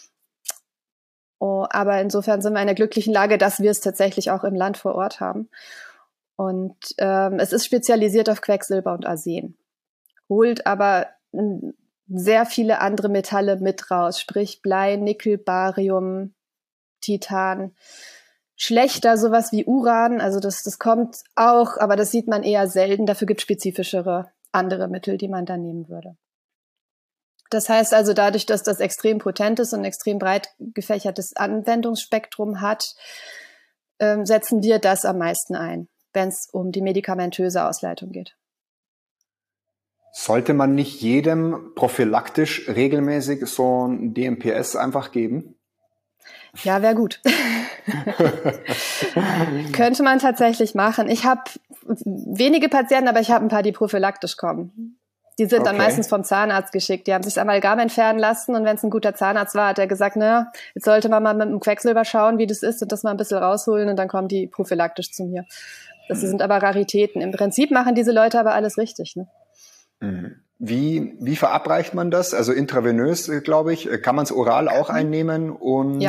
Aber insofern sind wir in der glücklichen Lage, dass wir es tatsächlich auch im Land vor Ort haben. Und es ist spezialisiert auf Quecksilber und Arsen, holt aber sehr viele andere Metalle mit raus, sprich Blei, Nickel, Barium, Titan. Schlechter sowas wie Uran, also das kommt auch, aber das sieht man eher selten. Dafür gibt es spezifischere andere Mittel, die man da nehmen würde. Das heißt also, dadurch, dass das extrem potent ist und ein extrem breit gefächertes Anwendungsspektrum hat, setzen wir das am meisten ein, wenn es um die medikamentöse Ausleitung geht. Sollte man nicht jedem prophylaktisch regelmäßig so ein DMPS einfach geben? Ja, wäre gut. Könnte man tatsächlich machen. Ich habe wenige Patienten, aber ich habe ein paar, die prophylaktisch kommen. Die sind dann meistens vom Zahnarzt geschickt. Die haben sich das Amalgam entfernen lassen und wenn es ein guter Zahnarzt war, hat er gesagt, naja, jetzt sollte man mal mit dem Quecksilber schauen, wie das ist und das mal ein bisschen rausholen und dann kommen die prophylaktisch zu mir. Das sind aber Raritäten. Im Prinzip machen diese Leute aber alles richtig, ne? Wie verabreicht man das? Also intravenös, glaube ich. Kann man es oral auch einnehmen? Und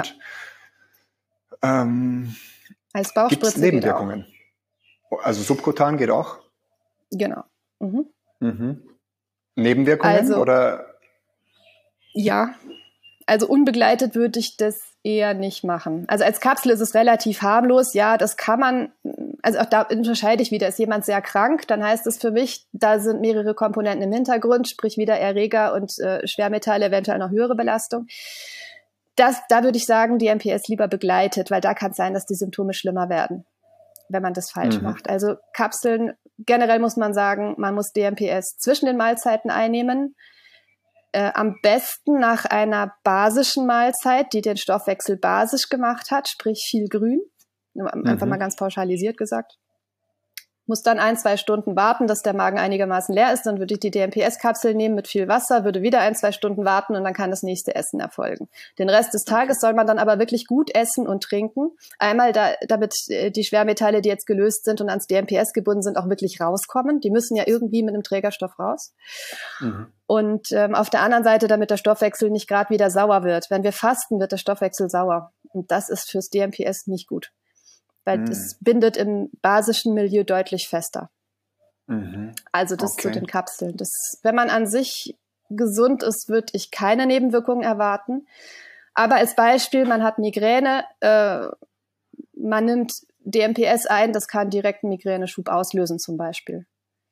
als Bauchspritze gibt's Nebenwirkungen? Also subkutan geht auch? Genau. Nebenwirkungen oder? Ja, also unbegleitet würde ich das eher nicht machen. Also als Kapsel ist es relativ harmlos. Ja, das kann man, also auch da unterscheide ich wieder, ist jemand sehr krank, dann heißt es für mich, da sind mehrere Komponenten im Hintergrund, sprich wieder Erreger und Schwermetalle, eventuell noch höhere Belastung. Da würde ich sagen, DMPS lieber begleitet, weil da kann es sein, dass die Symptome schlimmer werden, wenn man das falsch macht. Also Kapseln, generell muss man sagen, man muss DMPS zwischen den Mahlzeiten einnehmen. Am besten nach einer basischen Mahlzeit, die den Stoffwechsel basisch gemacht hat, sprich viel Grün, einfach mal ganz pauschalisiert gesagt. Muss dann 1-2 Stunden warten, dass der Magen einigermaßen leer ist, dann würde ich die DMPS-Kapsel nehmen mit viel Wasser, würde wieder 1-2 Stunden warten und dann kann das nächste Essen erfolgen. Den Rest des Tages soll man dann aber wirklich gut essen und trinken. Einmal, damit die Schwermetalle, die jetzt gelöst sind und ans DMPS gebunden sind, auch wirklich rauskommen. Die müssen ja irgendwie mit einem Trägerstoff raus. Und auf der anderen Seite, damit der Stoffwechsel nicht gerade wieder sauer wird. Wenn wir fasten, wird der Stoffwechsel sauer. Und das ist fürs DMPS nicht gut. Weil es bindet im basischen Milieu deutlich fester. Also das zu den Kapseln. Wenn man an sich gesund ist, würde ich keine Nebenwirkungen erwarten. Aber als Beispiel, man hat Migräne, man nimmt DMPS ein, das kann direkt einen Migräneschub auslösen zum Beispiel.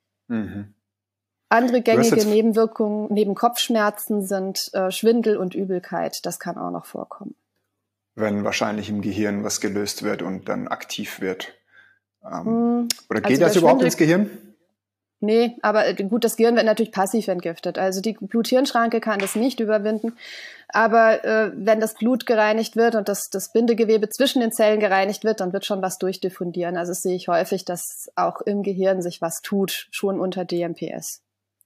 Andere gängige Nebenwirkungen neben Kopfschmerzen sind Schwindel und Übelkeit. Das kann auch noch vorkommen. Wenn wahrscheinlich im Gehirn was gelöst wird und dann aktiv wird. Oder geht das überhaupt ins Gehirn? Nee, aber gut, das Gehirn wird natürlich passiv entgiftet. Also die Blut-Hirn-Schranke kann das nicht überwinden. Aber wenn das Blut gereinigt wird und das Bindegewebe zwischen den Zellen gereinigt wird, dann wird schon was durchdiffundieren. Also das sehe ich häufig, dass auch im Gehirn sich was tut, schon unter DMPS.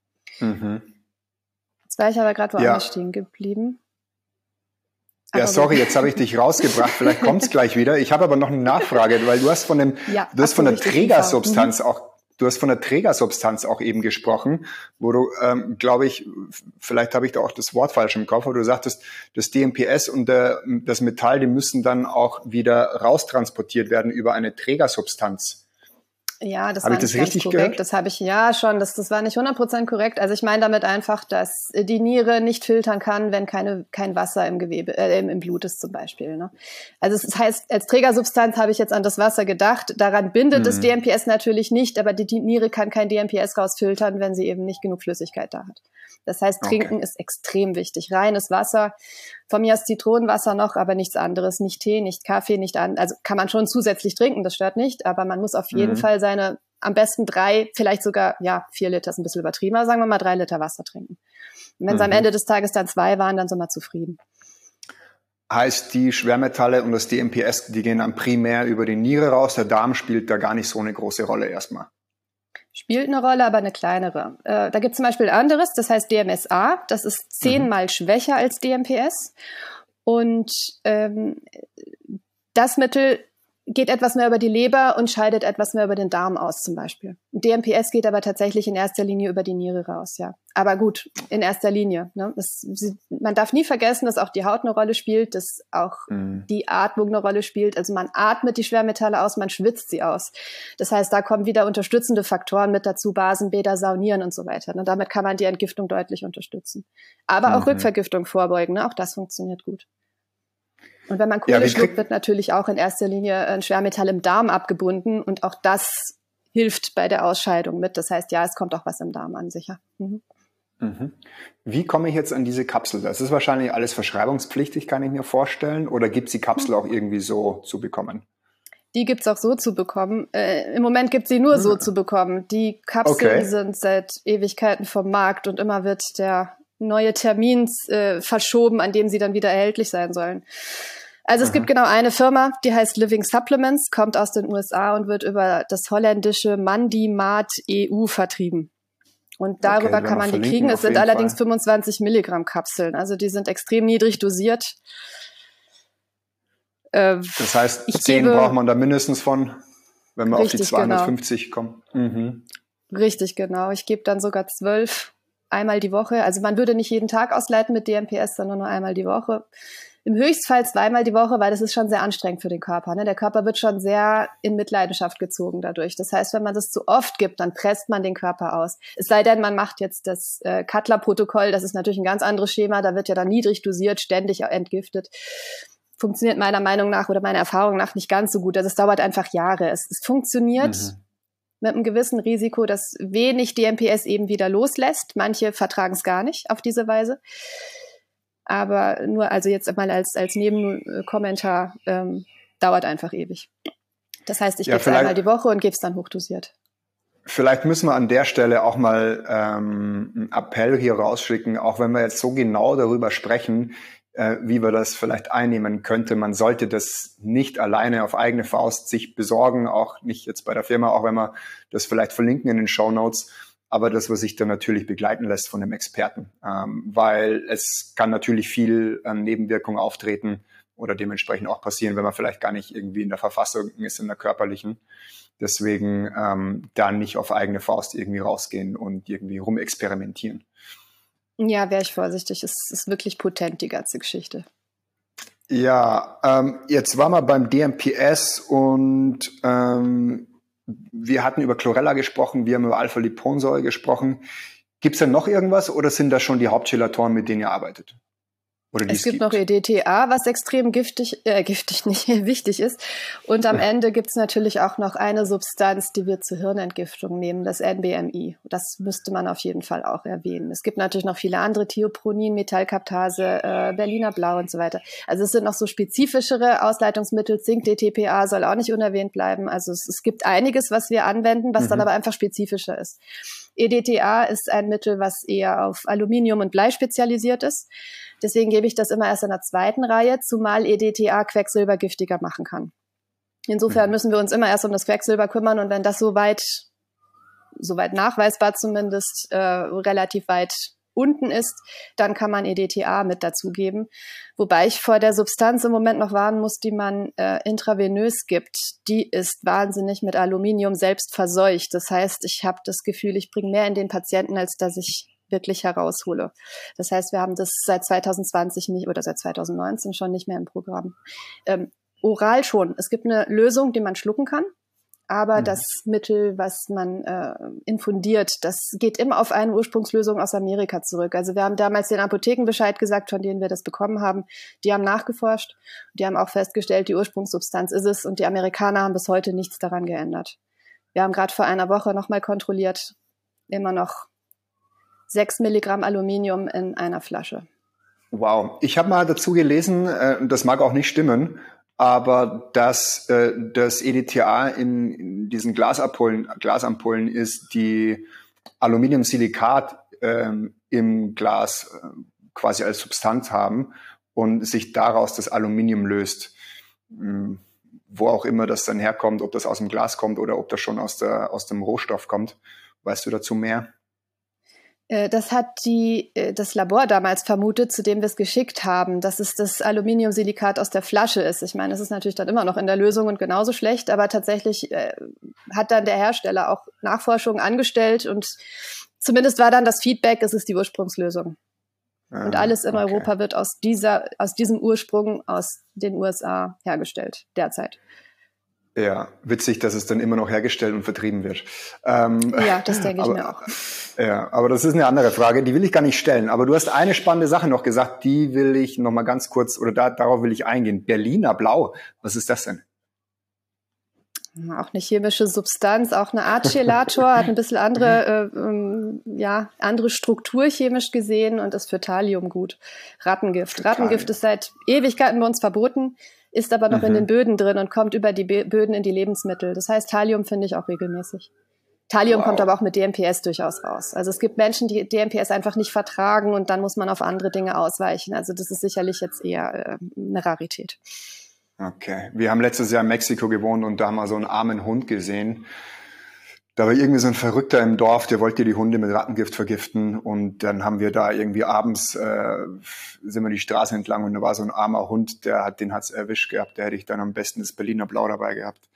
Jetzt war ich aber gerade woanders stehen geblieben. Ja, sorry, jetzt habe ich dich rausgebracht. Vielleicht kommt es gleich wieder. Ich habe aber noch eine Nachfrage, weil du hast von der Trägersubstanz auch Du hast von der Trägersubstanz auch eben gesprochen, wo du, glaube ich, vielleicht habe ich da auch das Wort falsch im Kopf, aber du sagtest, das DMPS und das Metall, die müssen dann auch wieder raustransportiert werden über eine Trägersubstanz. Ja, das war nicht ganz korrekt. Gehört? Das habe ich ja schon, das war nicht 100% korrekt. Also ich meine damit einfach, dass die Niere nicht filtern kann, wenn kein Wasser im Gewebe, im Blut ist zum Beispiel. Ne? Also es heißt, als Trägersubstanz habe ich jetzt an das Wasser gedacht. Daran bindet das DMPS natürlich nicht, aber die Niere kann kein DMPS rausfiltern, wenn sie eben nicht genug Flüssigkeit da hat. Das heißt, Trinken ist extrem wichtig. Reines Wasser, von mir aus Zitronenwasser noch, aber nichts anderes. Nicht Tee, nicht Kaffee, also kann man schon zusätzlich trinken, das stört nicht, aber man muss auf jeden Fall seine, am besten 3, vielleicht sogar, 4 Liter ist ein bisschen übertrieben, aber sagen wir mal 3 Liter Wasser trinken. Und wenn es am Ende des Tages dann 2 waren, dann sind wir zufrieden. Heißt, die Schwermetalle und das DMPS, die gehen dann primär über die Niere raus, der Darm spielt da gar nicht so eine große Rolle erstmal. Spielt eine Rolle, aber eine kleinere. Da gibt es zum Beispiel ein anderes, das heißt DMSA. Das ist 10-mal schwächer als DMPS. Und das Mittel geht etwas mehr über die Leber und scheidet etwas mehr über den Darm aus zum Beispiel. DMPS geht aber tatsächlich in erster Linie über die Niere raus, ja. Aber gut, in erster Linie. Ne? Man darf nie vergessen, dass auch die Haut eine Rolle spielt, dass auch die Atmung eine Rolle spielt. Also man atmet die Schwermetalle aus, man schwitzt sie aus. Das heißt, da kommen wieder unterstützende Faktoren mit dazu, Basen, Beta, Saunieren und so weiter. Ne? Damit kann man die Entgiftung deutlich unterstützen. Aber auch Rückvergiftung vorbeugen, ne? Auch das funktioniert gut. Und wenn man Kohle schluckt, wird natürlich auch in erster Linie ein Schwermetall im Darm abgebunden und auch das hilft bei der Ausscheidung mit. Das heißt, ja, es kommt auch was im Darm an, sicher. Wie komme ich jetzt an diese Kapsel? Das ist wahrscheinlich alles verschreibungspflichtig, kann ich mir vorstellen. Oder gibt es die Kapsel auch irgendwie so zu bekommen? Die gibt's auch so zu bekommen. Im Moment gibt's sie nur so zu bekommen. Die Kapseln sind seit Ewigkeiten vom Markt und immer wird der neue Termin verschoben, an dem sie dann wieder erhältlich sein sollen. Also es gibt genau eine Firma, die heißt Living Supplements, kommt aus den USA und wird über das holländische Mandimat EU vertrieben. Und darüber kann man die kriegen. Es sind allerdings 25 Milligramm Kapseln. Also die sind extrem niedrig dosiert. Das heißt, 10 braucht man da mindestens von, wenn wir auf die 250 kommen. Richtig, genau. Ich gebe dann sogar 12 einmal die Woche. Also man würde nicht jeden Tag ausleiten mit DMPS, sondern nur einmal die Woche. Im Höchstfall 2-mal die Woche, weil das ist schon sehr anstrengend für den Körper. Ne? Der Körper wird schon sehr in Mitleidenschaft gezogen dadurch. Das heißt, wenn man das zu oft gibt, dann presst man den Körper aus. Es sei denn, man macht jetzt das Cutler-Protokoll. Das ist natürlich ein ganz anderes Schema. Da wird ja dann niedrig dosiert, ständig entgiftet. Funktioniert meiner Meinung nach oder meiner Erfahrung nach nicht ganz so gut. Also es dauert einfach Jahre. Es funktioniert mit einem gewissen Risiko, dass wenig DMPS eben wieder loslässt. Manche vertragen es gar nicht auf diese Weise. Aber nur, also jetzt mal als Nebenkommentar, dauert einfach ewig. Das heißt, ich gebe es einmal die Woche und gebe es dann hochdosiert. Vielleicht müssen wir an der Stelle auch mal einen Appell hier rausschicken, auch wenn wir jetzt so genau darüber sprechen, wie wir das vielleicht einnehmen könnte. Man sollte das nicht alleine auf eigene Faust sich besorgen, auch nicht jetzt bei der Firma, auch wenn wir das vielleicht verlinken in den Shownotes, aber dass man sich dann natürlich begleiten lässt von einem Experten, weil es kann natürlich viel Nebenwirkung auftreten oder dementsprechend auch passieren, wenn man vielleicht gar nicht irgendwie in der Verfassung ist, in der körperlichen. Deswegen da nicht auf eigene Faust irgendwie rausgehen und irgendwie rumexperimentieren. Ja, wäre ich vorsichtig. Es ist wirklich potent, die ganze Geschichte. Ja, jetzt waren wir beim DMPS und wir hatten über Chlorella gesprochen, wir haben über Alpha-Liponsäure gesprochen. Gibt es denn noch irgendwas oder sind das schon die Hauptchelatoren, mit denen ihr arbeitet? Es gibt noch EDTA, was extrem wichtig ist. Und am Ende gibt es natürlich auch noch eine Substanz, die wir zur Hirnentgiftung nehmen, das NBMI. Das müsste man auf jeden Fall auch erwähnen. Es gibt natürlich noch viele andere, Thiopronin, Metallkaptase, Berliner Blau und so weiter. Also es sind noch so spezifischere Ausleitungsmittel. Zink-DTPA soll auch nicht unerwähnt bleiben. Also es gibt einiges, was wir anwenden, was dann aber einfach spezifischer ist. EDTA ist ein Mittel, was eher auf Aluminium und Blei spezialisiert ist. Deswegen gebe ich das immer erst in der zweiten Reihe, zumal EDTA Quecksilber giftiger machen kann. Insofern müssen wir uns immer erst um das Quecksilber kümmern und wenn das soweit nachweisbar zumindest relativ weit unten ist, dann kann man EDTA mit dazugeben. Wobei ich vor der Substanz im Moment noch warnen muss, die man intravenös gibt. Die ist wahnsinnig mit Aluminium selbst verseucht. Das heißt, ich habe das Gefühl, ich bringe mehr in den Patienten, als dass ich wirklich heraushole. Das heißt, wir haben das seit 2020 nicht oder seit 2019 schon nicht mehr im Programm. Oral schon. Es gibt eine Lösung, die man schlucken kann, aber das Mittel, was man infundiert, das geht immer auf eine Ursprungslösung aus Amerika zurück. Also wir haben damals den Apotheken Bescheid gesagt, von denen wir das bekommen haben. Die haben nachgeforscht. Die haben auch festgestellt, die Ursprungssubstanz ist es, und die Amerikaner haben bis heute nichts daran geändert. Wir haben gerade vor einer Woche nochmal kontrolliert, immer noch 6 Milligramm Aluminium in einer Flasche. Wow. Ich habe mal dazu gelesen, das mag auch nicht stimmen, aber dass das EDTA in diesen Glasampullen ist, die Aluminiumsilikat im Glas quasi als Substanz haben und sich daraus das Aluminium löst. Wo auch immer das dann herkommt, ob das aus dem Glas kommt oder ob das schon aus dem Rohstoff kommt. Weißt du dazu mehr? Das hat das Labor damals vermutet, zu dem wir es geschickt haben, dass es das Aluminiumsilikat aus der Flasche ist. Ich meine, es ist natürlich dann immer noch in der Lösung und genauso schlecht, aber tatsächlich hat dann der Hersteller auch Nachforschungen angestellt und zumindest war dann das Feedback, es ist die Ursprungslösung. Und alles in Europa wird aus diesem Ursprung aus den USA hergestellt, derzeit. Ja, witzig, dass es dann immer noch hergestellt und vertrieben wird. Ja, das denke ich mir auch. Ja, aber das ist eine andere Frage, die will ich gar nicht stellen. Aber du hast eine spannende Sache noch gesagt, die will ich noch mal ganz kurz, oder darauf will ich eingehen. Berliner Blau, was ist das denn? Auch eine chemische Substanz, auch eine Art Chelator, hat ein bisschen andere Struktur chemisch gesehen und ist für Thallium gut. Rattengift. Rattengift ist seit Ewigkeiten bei uns verboten, ist aber noch in den Böden drin und kommt über die Böden in die Lebensmittel. Das heißt, Thallium finde ich auch regelmäßig. Thallium kommt aber auch mit DMPS durchaus raus. Also es gibt Menschen, die DMPS einfach nicht vertragen und dann muss man auf andere Dinge ausweichen. Also das ist sicherlich jetzt eher eine Rarität. Okay. Wir haben letztes Jahr in Mexiko gewohnt und da haben wir so einen armen Hund gesehen. Da war irgendwie so ein Verrückter im Dorf, der wollte die Hunde mit Rattengift vergiften und dann haben wir da irgendwie abends sind wir die Straße entlang und da war so ein armer Hund, den hat's erwischt gehabt, der hätte ich dann am besten das Berliner Blau dabei gehabt.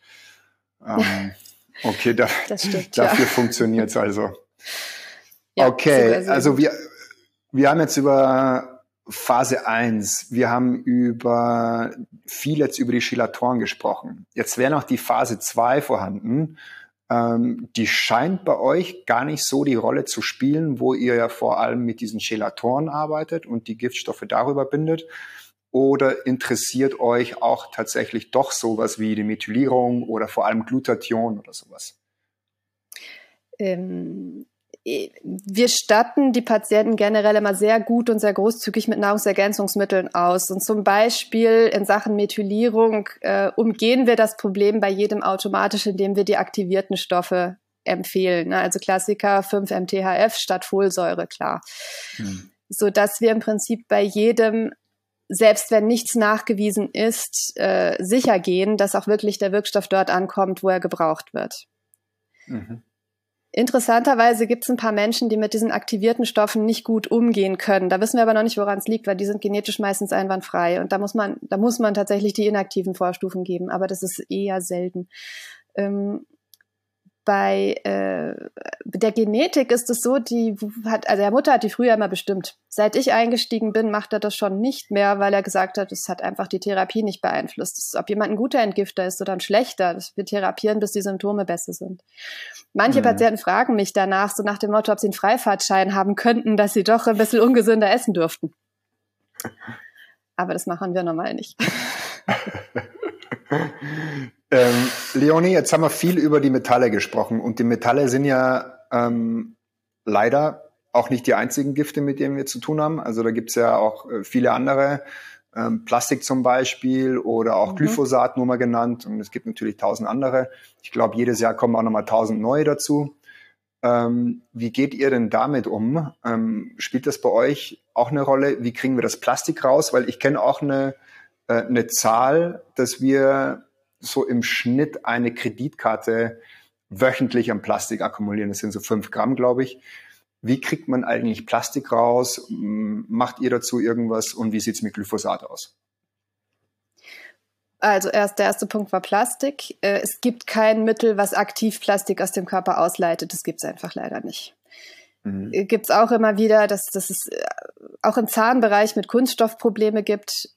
Okay, dafür funktioniert's also. Ja, okay, also wir haben jetzt über Phase 1, wir haben viel jetzt über die Chelatoren gesprochen. Jetzt wäre noch die Phase 2 vorhanden. Die scheint bei euch gar nicht so die Rolle zu spielen, wo ihr ja vor allem mit diesen Chelatoren arbeitet und die Giftstoffe darüber bindet. Oder interessiert euch auch tatsächlich doch sowas wie die Methylierung oder vor allem Glutathion oder sowas? Wir statten die Patienten generell immer sehr gut und sehr großzügig mit Nahrungsergänzungsmitteln aus. Und zum Beispiel in Sachen Methylierung umgehen wir das Problem bei jedem automatisch, indem wir die aktivierten Stoffe empfehlen. Also Klassiker 5-MTHF statt Folsäure, klar. Sodass wir im Prinzip bei jedem, selbst wenn nichts nachgewiesen ist, sicher gehen, dass auch wirklich der Wirkstoff dort ankommt, wo er gebraucht wird. Interessanterweise gibt es ein paar Menschen, die mit diesen aktivierten Stoffen nicht gut umgehen können. Da wissen wir aber noch nicht, woran es liegt, weil die sind genetisch meistens einwandfrei. Und da muss man tatsächlich die inaktiven Vorstufen geben, aber das ist eher selten. Bei der Genetik ist es so, der Mutter hat die früher immer bestimmt. Seit ich eingestiegen bin, macht er das schon nicht mehr, weil er gesagt hat, es hat einfach die Therapie nicht beeinflusst. Ob jemand ein guter Entgifter ist oder ein schlechter, wir therapieren, bis die Symptome besser sind. Manche Patienten fragen mich danach, so nach dem Motto, ob sie einen Freifahrtschein haben könnten, dass sie doch ein bisschen ungesünder essen dürften. Aber das machen wir normal nicht. Leonie, jetzt haben wir viel über die Metalle gesprochen und die Metalle sind ja leider auch nicht die einzigen Gifte, mit denen wir zu tun haben. Also da gibt's ja auch viele andere, Plastik zum Beispiel oder auch Glyphosat nur mal genannt und es gibt natürlich 1000 andere. Ich glaube, jedes Jahr kommen auch nochmal 1000 neue dazu. Wie geht ihr denn damit um? Spielt das bei euch auch eine Rolle? Wie kriegen wir das Plastik raus? Weil ich kenne auch eine Zahl, dass wir so im Schnitt eine Kreditkarte wöchentlich an Plastik akkumulieren. Das sind so 5 Gramm, glaube ich. Wie kriegt man eigentlich Plastik raus? Macht ihr dazu irgendwas und wie sieht's mit Glyphosat aus? Also der erste Punkt war Plastik. Es gibt kein Mittel, was aktiv Plastik aus dem Körper ausleitet. Das gibt es einfach leider nicht. Gibt es auch immer wieder, dass es auch im Zahnbereich mit Kunststoff Probleme gibt.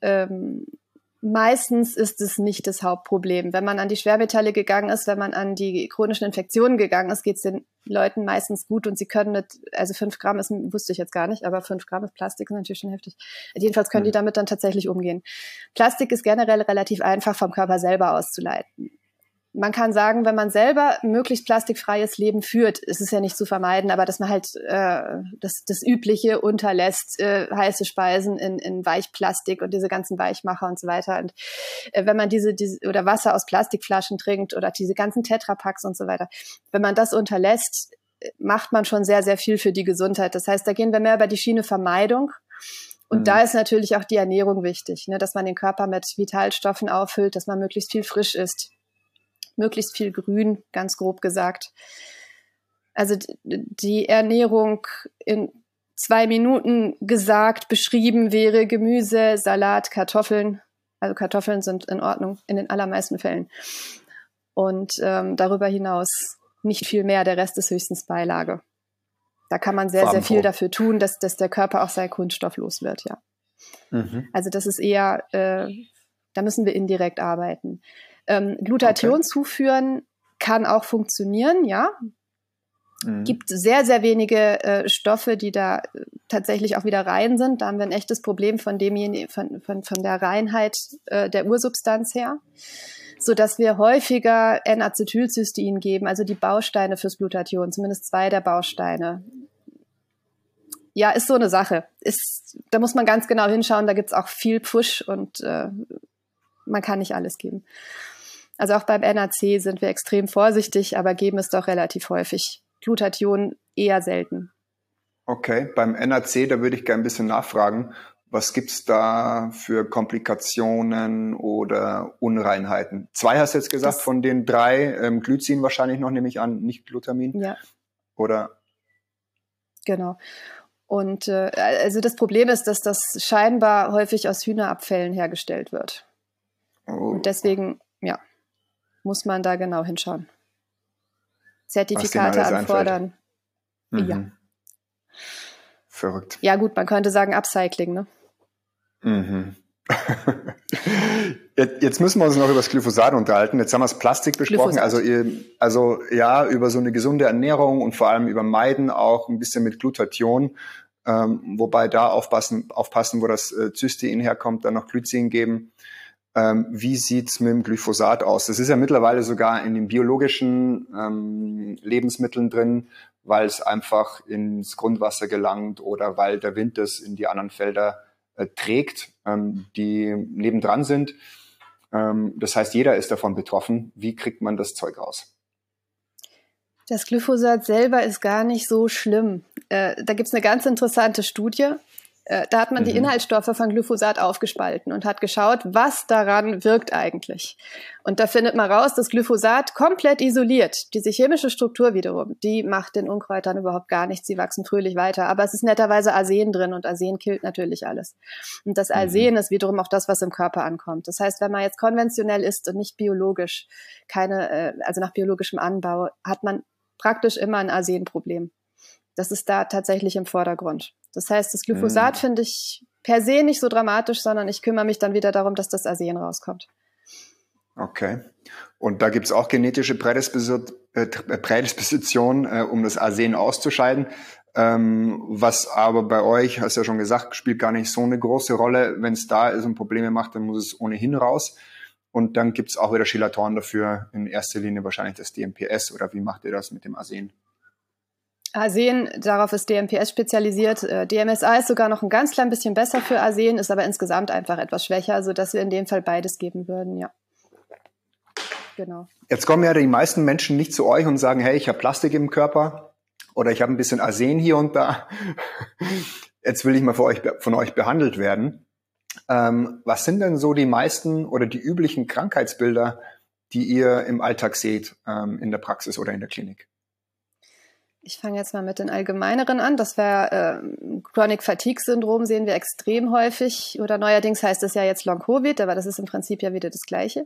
Meistens ist es nicht das Hauptproblem. Wenn man an die Schwermetalle gegangen ist, wenn man an die chronischen Infektionen gegangen ist, geht es den Leuten meistens gut und sie können nicht, also 5 Gramm ist, wusste ich jetzt gar nicht, aber 5 Gramm ist Plastik ist natürlich schon heftig. Jedenfalls können die damit dann tatsächlich umgehen. Plastik ist generell relativ einfach vom Körper selber auszuleiten. Man kann sagen, wenn man selber möglichst plastikfreies Leben führt, ist es ja nicht zu vermeiden, aber dass man halt das Übliche unterlässt, heiße Speisen in Weichplastik und diese ganzen Weichmacher und so weiter. Und wenn man diese oder Wasser aus Plastikflaschen trinkt oder diese ganzen Tetrapacks und so weiter, wenn man das unterlässt, macht man schon sehr, sehr viel für die Gesundheit. Das heißt, da gehen wir mehr über die Schiene Vermeidung. Und da ist natürlich auch die Ernährung wichtig, ne, dass man den Körper mit Vitalstoffen auffüllt, dass man möglichst viel frisch isst. Möglichst viel Grün, ganz grob gesagt. Also die Ernährung in 2 Minuten gesagt, beschrieben wäre Gemüse, Salat, Kartoffeln. Also Kartoffeln sind in Ordnung in den allermeisten Fällen. Und darüber hinaus nicht viel mehr, der Rest ist höchstens Beilage. Da kann man sehr, sehr viel dafür tun, dass der Körper auch seinen Kunststoff los wird, ja. Also das ist eher, da müssen wir indirekt arbeiten. Glutathion zuführen kann auch funktionieren, ja. Gibt sehr, sehr wenige Stoffe, die da tatsächlich auch wieder rein sind. Da haben wir ein echtes Problem von der Reinheit der Ursubstanz her, sodass wir häufiger N-Acetylcystein geben, also die Bausteine fürs Glutathion, zumindest 2 der Bausteine. Ja, ist so eine Sache. Da muss man ganz genau hinschauen, da gibt's auch viel Pfusch und man kann nicht alles geben. Also auch beim NAC sind wir extrem vorsichtig, aber geben es doch relativ häufig. Glutathion eher selten. Okay, beim NAC, da würde ich gerne ein bisschen nachfragen. Was gibt's da für Komplikationen oder Unreinheiten? 2 hast du jetzt gesagt, von den 3. Glycin wahrscheinlich noch, nehme ich an, nicht Glutamin. Ja. Oder? Genau. Und also das Problem ist, dass das scheinbar häufig aus Hühnerabfällen hergestellt wird. Und deswegen, ja, muss man da genau hinschauen. Zertifikate anfordern. Ja. Verrückt. Ja gut, man könnte sagen Upcycling, ne? Jetzt müssen wir uns noch über das Glyphosat unterhalten. Jetzt haben wir das Plastik besprochen. Also ja, über so eine gesunde Ernährung und vor allem über Meiden auch ein bisschen mit Glutathion. Wobei da aufpassen, wo das Cystein herkommt, dann noch Glycin geben. Wie sieht's mit dem Glyphosat aus? Das ist ja mittlerweile sogar in den biologischen Lebensmitteln drin, weil es einfach ins Grundwasser gelangt oder weil der Wind es in die anderen Felder trägt, die nebendran sind. Das heißt, jeder ist davon betroffen. Wie kriegt man das Zeug raus? Das Glyphosat selber ist gar nicht so schlimm. Da gibt's eine ganz interessante Studie. Da hat man die Inhaltsstoffe von Glyphosat aufgespalten und hat geschaut, was daran wirkt eigentlich. Und da findet man raus, dass Glyphosat komplett isoliert. Diese chemische Struktur wiederum, die macht den Unkräutern überhaupt gar nichts. Sie wachsen fröhlich weiter. Aber es ist netterweise Arsen drin und Arsen killt natürlich alles. Und das Arsen ist wiederum auch das, was im Körper ankommt. Das heißt, wenn man jetzt konventionell isst und nicht biologisch, also nach biologischem Anbau, hat man praktisch immer ein Arsenproblem. Das ist da tatsächlich im Vordergrund. Das heißt, das Glyphosat finde ich per se nicht so dramatisch, sondern ich kümmere mich dann wieder darum, dass das Arsen rauskommt. Okay. Und da gibt es auch genetische Prädisposition, um das Arsen auszuscheiden. Was aber bei euch, hast du ja schon gesagt, spielt gar nicht so eine große Rolle. Wenn es da ist und Probleme macht, dann muss es ohnehin raus. Und dann gibt es auch wieder Chelatoren dafür, in erster Linie wahrscheinlich das DMPS. Oder wie macht ihr das mit dem Arsen? Arsen, darauf ist DMPS spezialisiert. DMSA ist sogar noch ein ganz klein bisschen besser für Arsen, ist aber insgesamt einfach etwas schwächer, sodass wir in dem Fall beides geben würden, ja. Genau. Jetzt kommen ja die meisten Menschen nicht zu euch und sagen, hey, ich habe Plastik im Körper oder ich habe ein bisschen Arsen hier und da. Jetzt will ich mal von euch behandelt werden. Was sind denn so die meisten oder die üblichen Krankheitsbilder, die ihr im Alltag seht, in der Praxis oder in der Klinik? Ich fange jetzt mal mit den allgemeineren an. Das wäre Chronic Fatigue Syndrom, sehen wir extrem häufig. Oder neuerdings heißt es ja jetzt Long Covid, aber das ist im Prinzip ja wieder das Gleiche.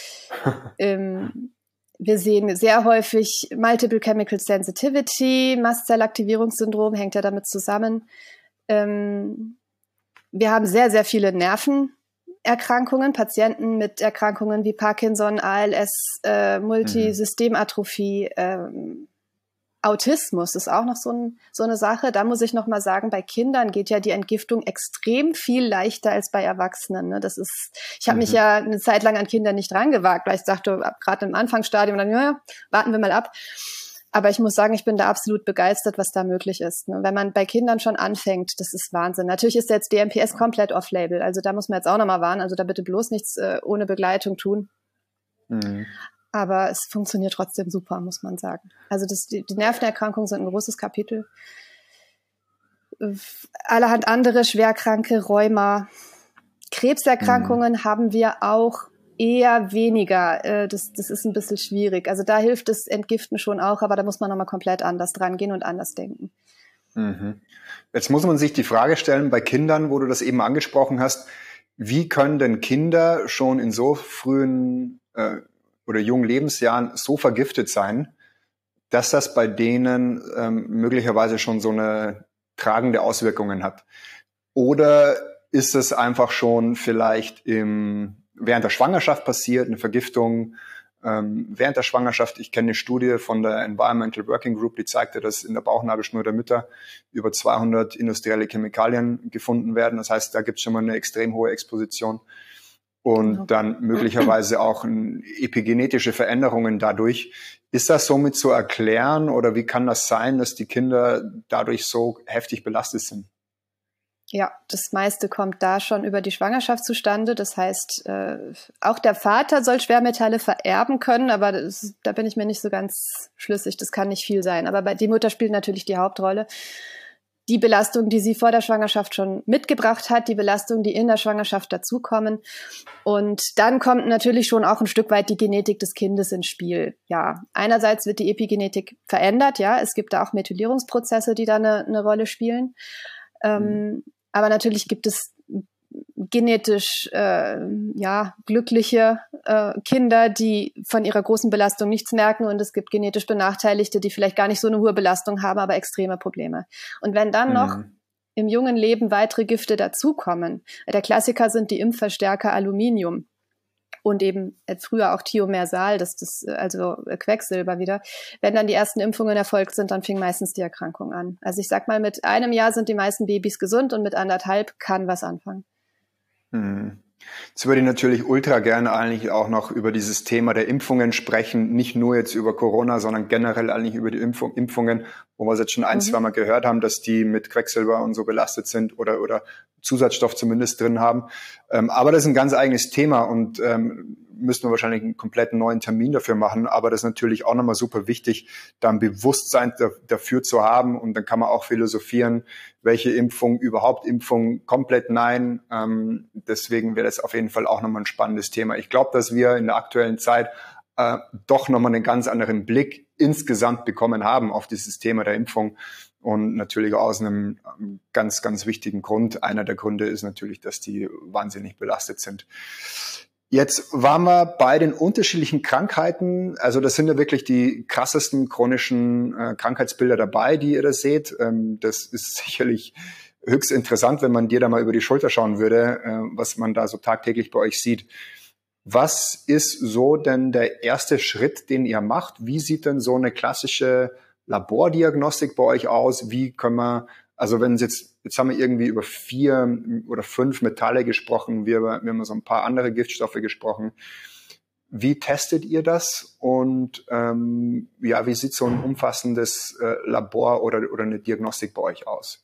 Wir sehen sehr häufig Multiple Chemical Sensitivity, Mastzellaktivierungssyndrom, hängt ja damit zusammen. Wir haben sehr, sehr viele Nervenerkrankungen, Patienten mit Erkrankungen wie Parkinson, ALS, Multisystematrophie, Autismus ist auch noch so eine Sache. Da muss ich noch mal sagen, bei Kindern geht ja die Entgiftung extrem viel leichter als bei Erwachsenen. Ne? Ich habe mich ja eine Zeit lang an Kinder nicht rangewagt, weil ich dachte, gerade im Anfangsstadium, dann, ja, warten wir mal ab. Aber ich muss sagen, ich bin da absolut begeistert, was da möglich ist. Ne? Wenn man bei Kindern schon anfängt, das ist Wahnsinn. Natürlich ist jetzt DMPS komplett off-label. Also da muss man jetzt auch noch mal warnen. Also da bitte bloß nichts ohne Begleitung tun. Aber es funktioniert trotzdem super, muss man sagen. Also die Nervenerkrankungen sind ein großes Kapitel. Allerhand andere Schwerkranke, Rheuma, Krebserkrankungen haben wir auch eher weniger. Das ist ein bisschen schwierig. Also da hilft das Entgiften schon auch, aber da muss man nochmal komplett anders dran gehen und anders denken. Jetzt muss man sich die Frage stellen, bei Kindern, wo du das eben angesprochen hast, wie können denn Kinder schon in so frühen oder jungen Lebensjahren so vergiftet sein, dass das bei denen möglicherweise schon so eine tragende Auswirkungen hat? Oder ist es einfach schon vielleicht während der Schwangerschaft passiert, eine Vergiftung während der Schwangerschaft? Ich kenne eine Studie von der Environmental Working Group, die zeigte, dass in der Bauchnabelschnur der Mütter über 200 industrielle Chemikalien gefunden werden. Das heißt, da gibt es schon mal eine extrem hohe Exposition. Und dann möglicherweise auch epigenetische Veränderungen dadurch. Ist das somit zu erklären oder wie kann das sein, dass die Kinder dadurch so heftig belastet sind? Ja, das meiste kommt da schon über die Schwangerschaft zustande. Das heißt, auch der Vater soll Schwermetalle vererben können, aber da bin ich mir nicht so ganz schlüssig. Das kann nicht viel sein. Aber die Mutter spielt natürlich die Hauptrolle. Die Belastung, die sie vor der Schwangerschaft schon mitgebracht hat, die Belastung, die in der Schwangerschaft dazukommen. Und dann kommt natürlich schon auch ein Stück weit die Genetik des Kindes ins Spiel. Ja, einerseits wird die Epigenetik verändert, ja, es gibt da auch Methylierungsprozesse, die da eine Rolle spielen. Aber natürlich gibt es genetisch glückliche Kinder, die von ihrer großen Belastung nichts merken, und es gibt genetisch Benachteiligte, die vielleicht gar nicht so eine hohe Belastung haben, aber extreme Probleme. Und wenn dann noch im jungen Leben weitere Gifte dazukommen, der Klassiker sind die Impfverstärker Aluminium und eben früher auch Thiomersal, also Quecksilber wieder. Wenn dann die ersten Impfungen erfolgt sind, dann fing meistens die Erkrankung an. Also ich sag mal, mit 1 Jahr sind die meisten Babys gesund und mit 1,5 kann was anfangen. Jetzt würde ich natürlich ultra gerne eigentlich auch noch über dieses Thema der Impfungen sprechen, nicht nur jetzt über Corona, sondern generell eigentlich über die Impfungen, wo wir es jetzt schon ein, zwei Mal gehört haben, dass die mit Quecksilber und so belastet sind oder Zusatzstoff zumindest drin haben. Aber das ist ein ganz eigenes Thema und müssen wir wahrscheinlich einen kompletten neuen Termin dafür machen. Aber das ist natürlich auch nochmal super wichtig, da ein Bewusstsein dafür zu haben. Und dann kann man auch philosophieren, welche Impfung, überhaupt Impfung, komplett nein. Deswegen wäre das auf jeden Fall auch nochmal ein spannendes Thema. Ich glaube, dass wir in der aktuellen Zeit doch nochmal einen ganz anderen Blick insgesamt bekommen haben auf dieses Thema der Impfung. Und natürlich aus einem ganz, ganz wichtigen Grund. Einer der Gründe ist natürlich, dass die wahnsinnig belastet sind. Jetzt waren wir bei den unterschiedlichen Krankheiten. Also das sind ja wirklich die krassesten chronischen Krankheitsbilder dabei, die ihr da seht. Das ist sicherlich höchst interessant, wenn man dir da mal über die Schulter schauen würde, was man da so tagtäglich bei euch sieht. Was ist so denn der erste Schritt, den ihr macht? Wie sieht denn so eine klassische Labordiagnostik bei euch aus? Wie können wir, also wenn es jetzt haben wir irgendwie über 4 oder 5 Metalle gesprochen, wir haben so ein paar andere Giftstoffe gesprochen. Wie testet ihr das? Und wie sieht so ein umfassendes Labor oder eine Diagnostik bei euch aus?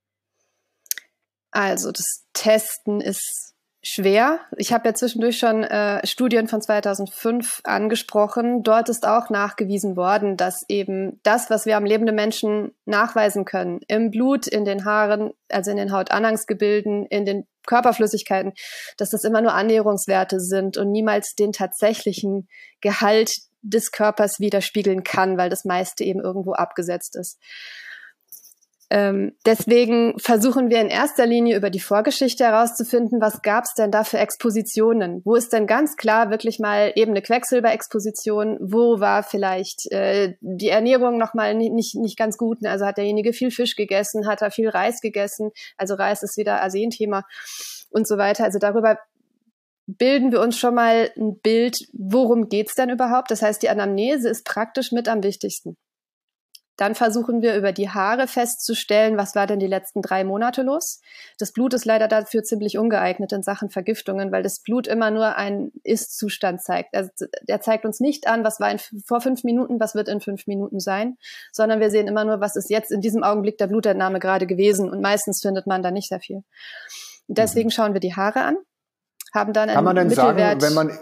Also das Testen ist schwer. Ich habe ja zwischendurch schon Studien von 2005 angesprochen. Dort ist auch nachgewiesen worden, dass eben das, was wir am lebenden Menschen nachweisen können, im Blut, in den Haaren, also in den Hautanhangsgebilden, in den Körperflüssigkeiten, dass das immer nur Annäherungswerte sind und niemals den tatsächlichen Gehalt des Körpers widerspiegeln kann, weil das meiste eben irgendwo abgesetzt ist. Deswegen versuchen wir in erster Linie über die Vorgeschichte herauszufinden, was gab es denn da für Expositionen? Wo ist denn ganz klar wirklich mal eben eine Quecksilberexposition? Wo war vielleicht die Ernährung nochmal nicht ganz gut? Also hat derjenige viel Fisch gegessen, hat er viel Reis gegessen? Also Reis ist wieder Arsenthema und so weiter. Also darüber bilden wir uns schon mal ein Bild, worum geht's denn überhaupt? Das heißt, die Anamnese ist praktisch mit am wichtigsten. Dann versuchen wir über die Haare festzustellen, was war denn die letzten 3 Monate los. Das Blut ist leider dafür ziemlich ungeeignet in Sachen Vergiftungen, weil das Blut immer nur einen Ist-Zustand zeigt. Also der zeigt uns nicht an, was war vor 5 Minuten, was wird in 5 Minuten sein, sondern wir sehen immer nur, was ist jetzt in diesem Augenblick der Blutentnahme gerade gewesen. Und meistens findet man da nicht sehr viel. Und deswegen schauen wir die Haare an, haben dann einen Mittelwert.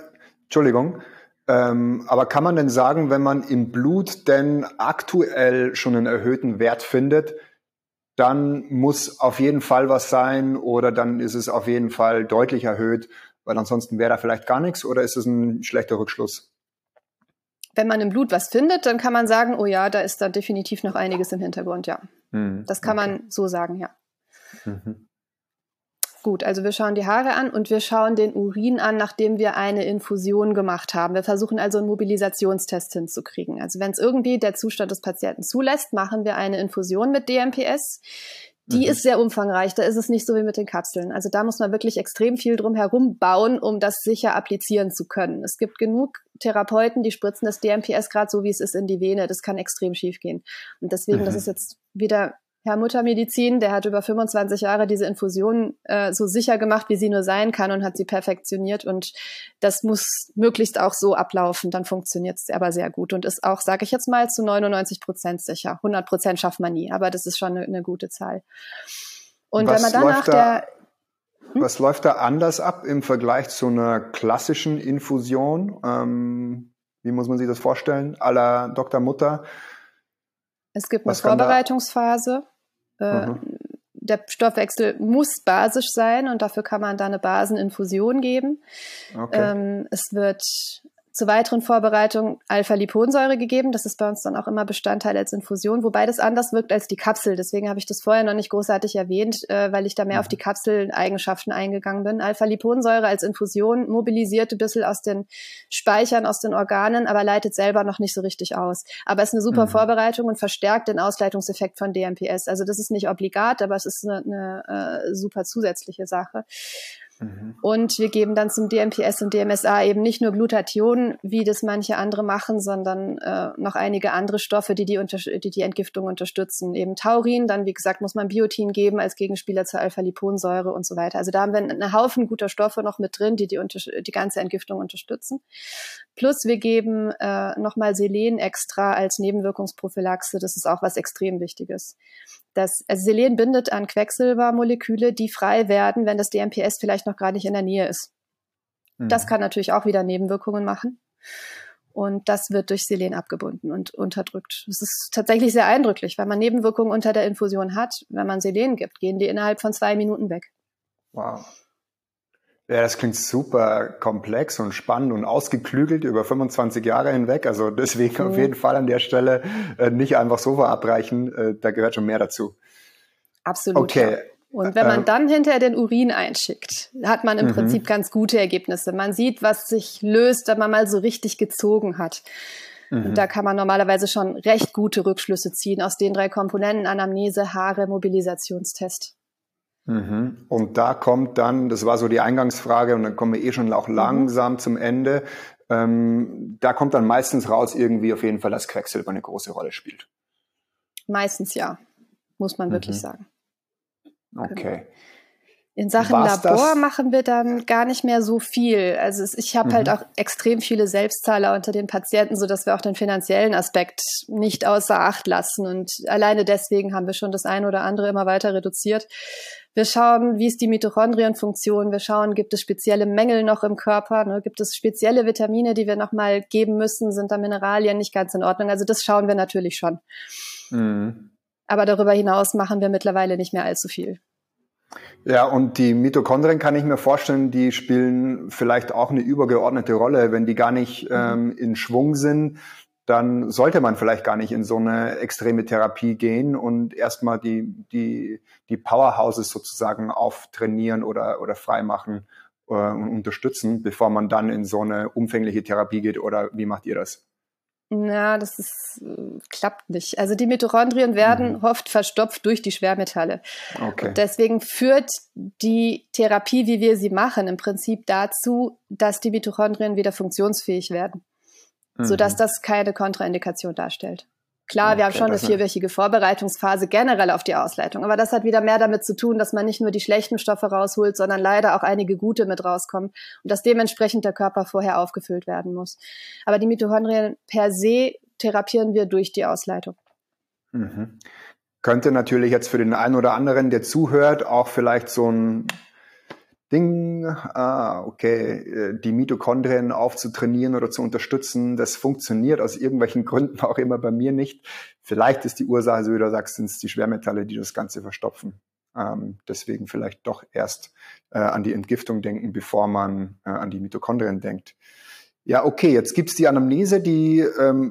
Aber kann man denn sagen, wenn man im Blut denn aktuell schon einen erhöhten Wert findet, dann muss auf jeden Fall was sein oder dann ist es auf jeden Fall deutlich erhöht, weil ansonsten wäre da vielleicht gar nichts, oder ist es ein schlechter Rückschluss? Wenn man im Blut was findet, dann kann man sagen, oh ja, da ist da definitiv noch einiges im Hintergrund, ja. Das kann man so sagen, ja. Gut, also wir schauen die Haare an und wir schauen den Urin an, nachdem wir eine Infusion gemacht haben. Wir versuchen also einen Mobilisationstest hinzukriegen. Also wenn es irgendwie der Zustand des Patienten zulässt, machen wir eine Infusion mit DMPS. Die ist sehr umfangreich, da ist es nicht so wie mit den Kapseln. Also da muss man wirklich extrem viel drum herum bauen, um das sicher applizieren zu können. Es gibt genug Therapeuten, die spritzen das DMPS gerade so, wie es ist, in die Vene. Das kann extrem schief gehen. Und deswegen, das ist jetzt wieder Herr Muttermedizin, der hat über 25 Jahre diese Infusion so sicher gemacht, wie sie nur sein kann und hat sie perfektioniert. Und das muss möglichst auch so ablaufen. Dann funktioniert es aber sehr gut und ist auch, sage ich jetzt mal, zu 99% sicher. 100% schafft man nie, aber das ist schon eine gute Zahl. Und wenn man danach was läuft da anders ab im Vergleich zu einer klassischen Infusion? Wie muss man sich das vorstellen? À la Dr. Mutter? Es gibt eine Vorbereitungsphase. Der Stoffwechsel muss basisch sein und dafür kann man da eine Baseninfusion geben. Okay. Es wird zur weiteren Vorbereitung Alpha-Liponsäure gegeben. Das ist bei uns dann auch immer Bestandteil als Infusion, wobei das anders wirkt als die Kapsel. Deswegen habe ich das vorher noch nicht großartig erwähnt, weil ich da mehr auf die Kapseleigenschaften eingegangen bin. Alpha-Liponsäure als Infusion mobilisiert ein bisschen aus den Speichern, aus den Organen, aber leitet selber noch nicht so richtig aus. Aber es ist eine super Vorbereitung und verstärkt den Ausleitungseffekt von DMPS. Also das ist nicht obligat, aber es ist eine super zusätzliche Sache. Und wir geben dann zum DMPS und DMSA eben nicht nur Glutathion, wie das manche andere machen, sondern noch einige andere Stoffe, die die Entgiftung unterstützen. Eben Taurin, dann wie gesagt muss man Biotin geben als Gegenspieler zur Alpha-Liponsäure und so weiter. Also da haben wir einen Haufen guter Stoffe noch mit drin, die ganze Entgiftung unterstützen. Plus wir geben nochmal Selen extra als Nebenwirkungsprophylaxe. Das ist auch was extrem Wichtiges. Also Selen bindet an Quecksilbermoleküle, die frei werden, wenn das DMPS vielleicht noch gar nicht in der Nähe ist. Das kann natürlich auch wieder Nebenwirkungen machen. Und das wird durch Selen abgebunden und unterdrückt. Das ist tatsächlich sehr eindrücklich, weil man Nebenwirkungen unter der Infusion hat. Wenn man Selen gibt, gehen die innerhalb von 2 Minuten weg. Wow. Ja, das klingt super komplex und spannend und ausgeklügelt über 25 Jahre hinweg. Also deswegen auf jeden Fall an der Stelle nicht einfach so verabreichen. Da gehört schon mehr dazu. Absolut. Okay. Ja. Und wenn man dann hinterher den Urin einschickt, hat man im Prinzip ganz gute Ergebnisse. Man sieht, was sich löst, wenn man mal so richtig gezogen hat. Und da kann man normalerweise schon recht gute Rückschlüsse ziehen aus den 3 Komponenten: Anamnese, Haare, Mobilisationstest. Und da kommt dann, das war so die Eingangsfrage, und dann kommen wir schon auch langsam zum Ende, da kommt dann meistens raus irgendwie auf jeden Fall, dass Quecksilber eine große Rolle spielt. Meistens ja, muss man wirklich sagen. Okay. Genau. In Sachen Labor machen wir dann gar nicht mehr so viel. Also ich habe halt auch extrem viele Selbstzahler unter den Patienten, sodass wir auch den finanziellen Aspekt nicht außer Acht lassen. Und alleine deswegen haben wir schon das eine oder andere immer weiter reduziert. Wir schauen, wie ist die Mitochondrienfunktion. Wir schauen, gibt es spezielle Mängel noch im Körper? Ne? Gibt es spezielle Vitamine, die wir nochmal geben müssen? Sind da Mineralien nicht ganz in Ordnung? Also das schauen wir natürlich schon. Aber darüber hinaus machen wir mittlerweile nicht mehr allzu viel. Ja, und die Mitochondrien kann ich mir vorstellen, die spielen vielleicht auch eine übergeordnete Rolle. Wenn die gar nicht in Schwung sind, dann sollte man vielleicht gar nicht in so eine extreme Therapie gehen und erstmal die Powerhouses sozusagen auftrainieren oder freimachen und unterstützen, bevor man dann in so eine umfängliche Therapie geht. Oder wie macht ihr das? Na, klappt nicht. Also die Mitochondrien werden oft verstopft durch die Schwermetalle. Okay. Und deswegen führt die Therapie, wie wir sie machen, im Prinzip dazu, dass die Mitochondrien wieder funktionsfähig werden, sodass das keine Kontraindikation darstellt. Klar, wir haben schon eine 4-wöchige Vorbereitungsphase generell auf die Ausleitung, aber das hat wieder mehr damit zu tun, dass man nicht nur die schlechten Stoffe rausholt, sondern leider auch einige gute mit rauskommen und dass dementsprechend der Körper vorher aufgefüllt werden muss. Aber die Mitochondrien per se therapieren wir durch die Ausleitung. Mhm. Könnte natürlich jetzt für den einen oder anderen, der zuhört, auch vielleicht so ein Ding, die Mitochondrien aufzutrainieren oder zu unterstützen, das funktioniert aus irgendwelchen Gründen auch immer bei mir nicht. Vielleicht ist die Ursache, so wie du sagst, sind es die Schwermetalle, die das Ganze verstopfen. Deswegen vielleicht doch erst an die Entgiftung denken, bevor man an die Mitochondrien denkt. Ja, okay, jetzt gibt's die Anamnese, die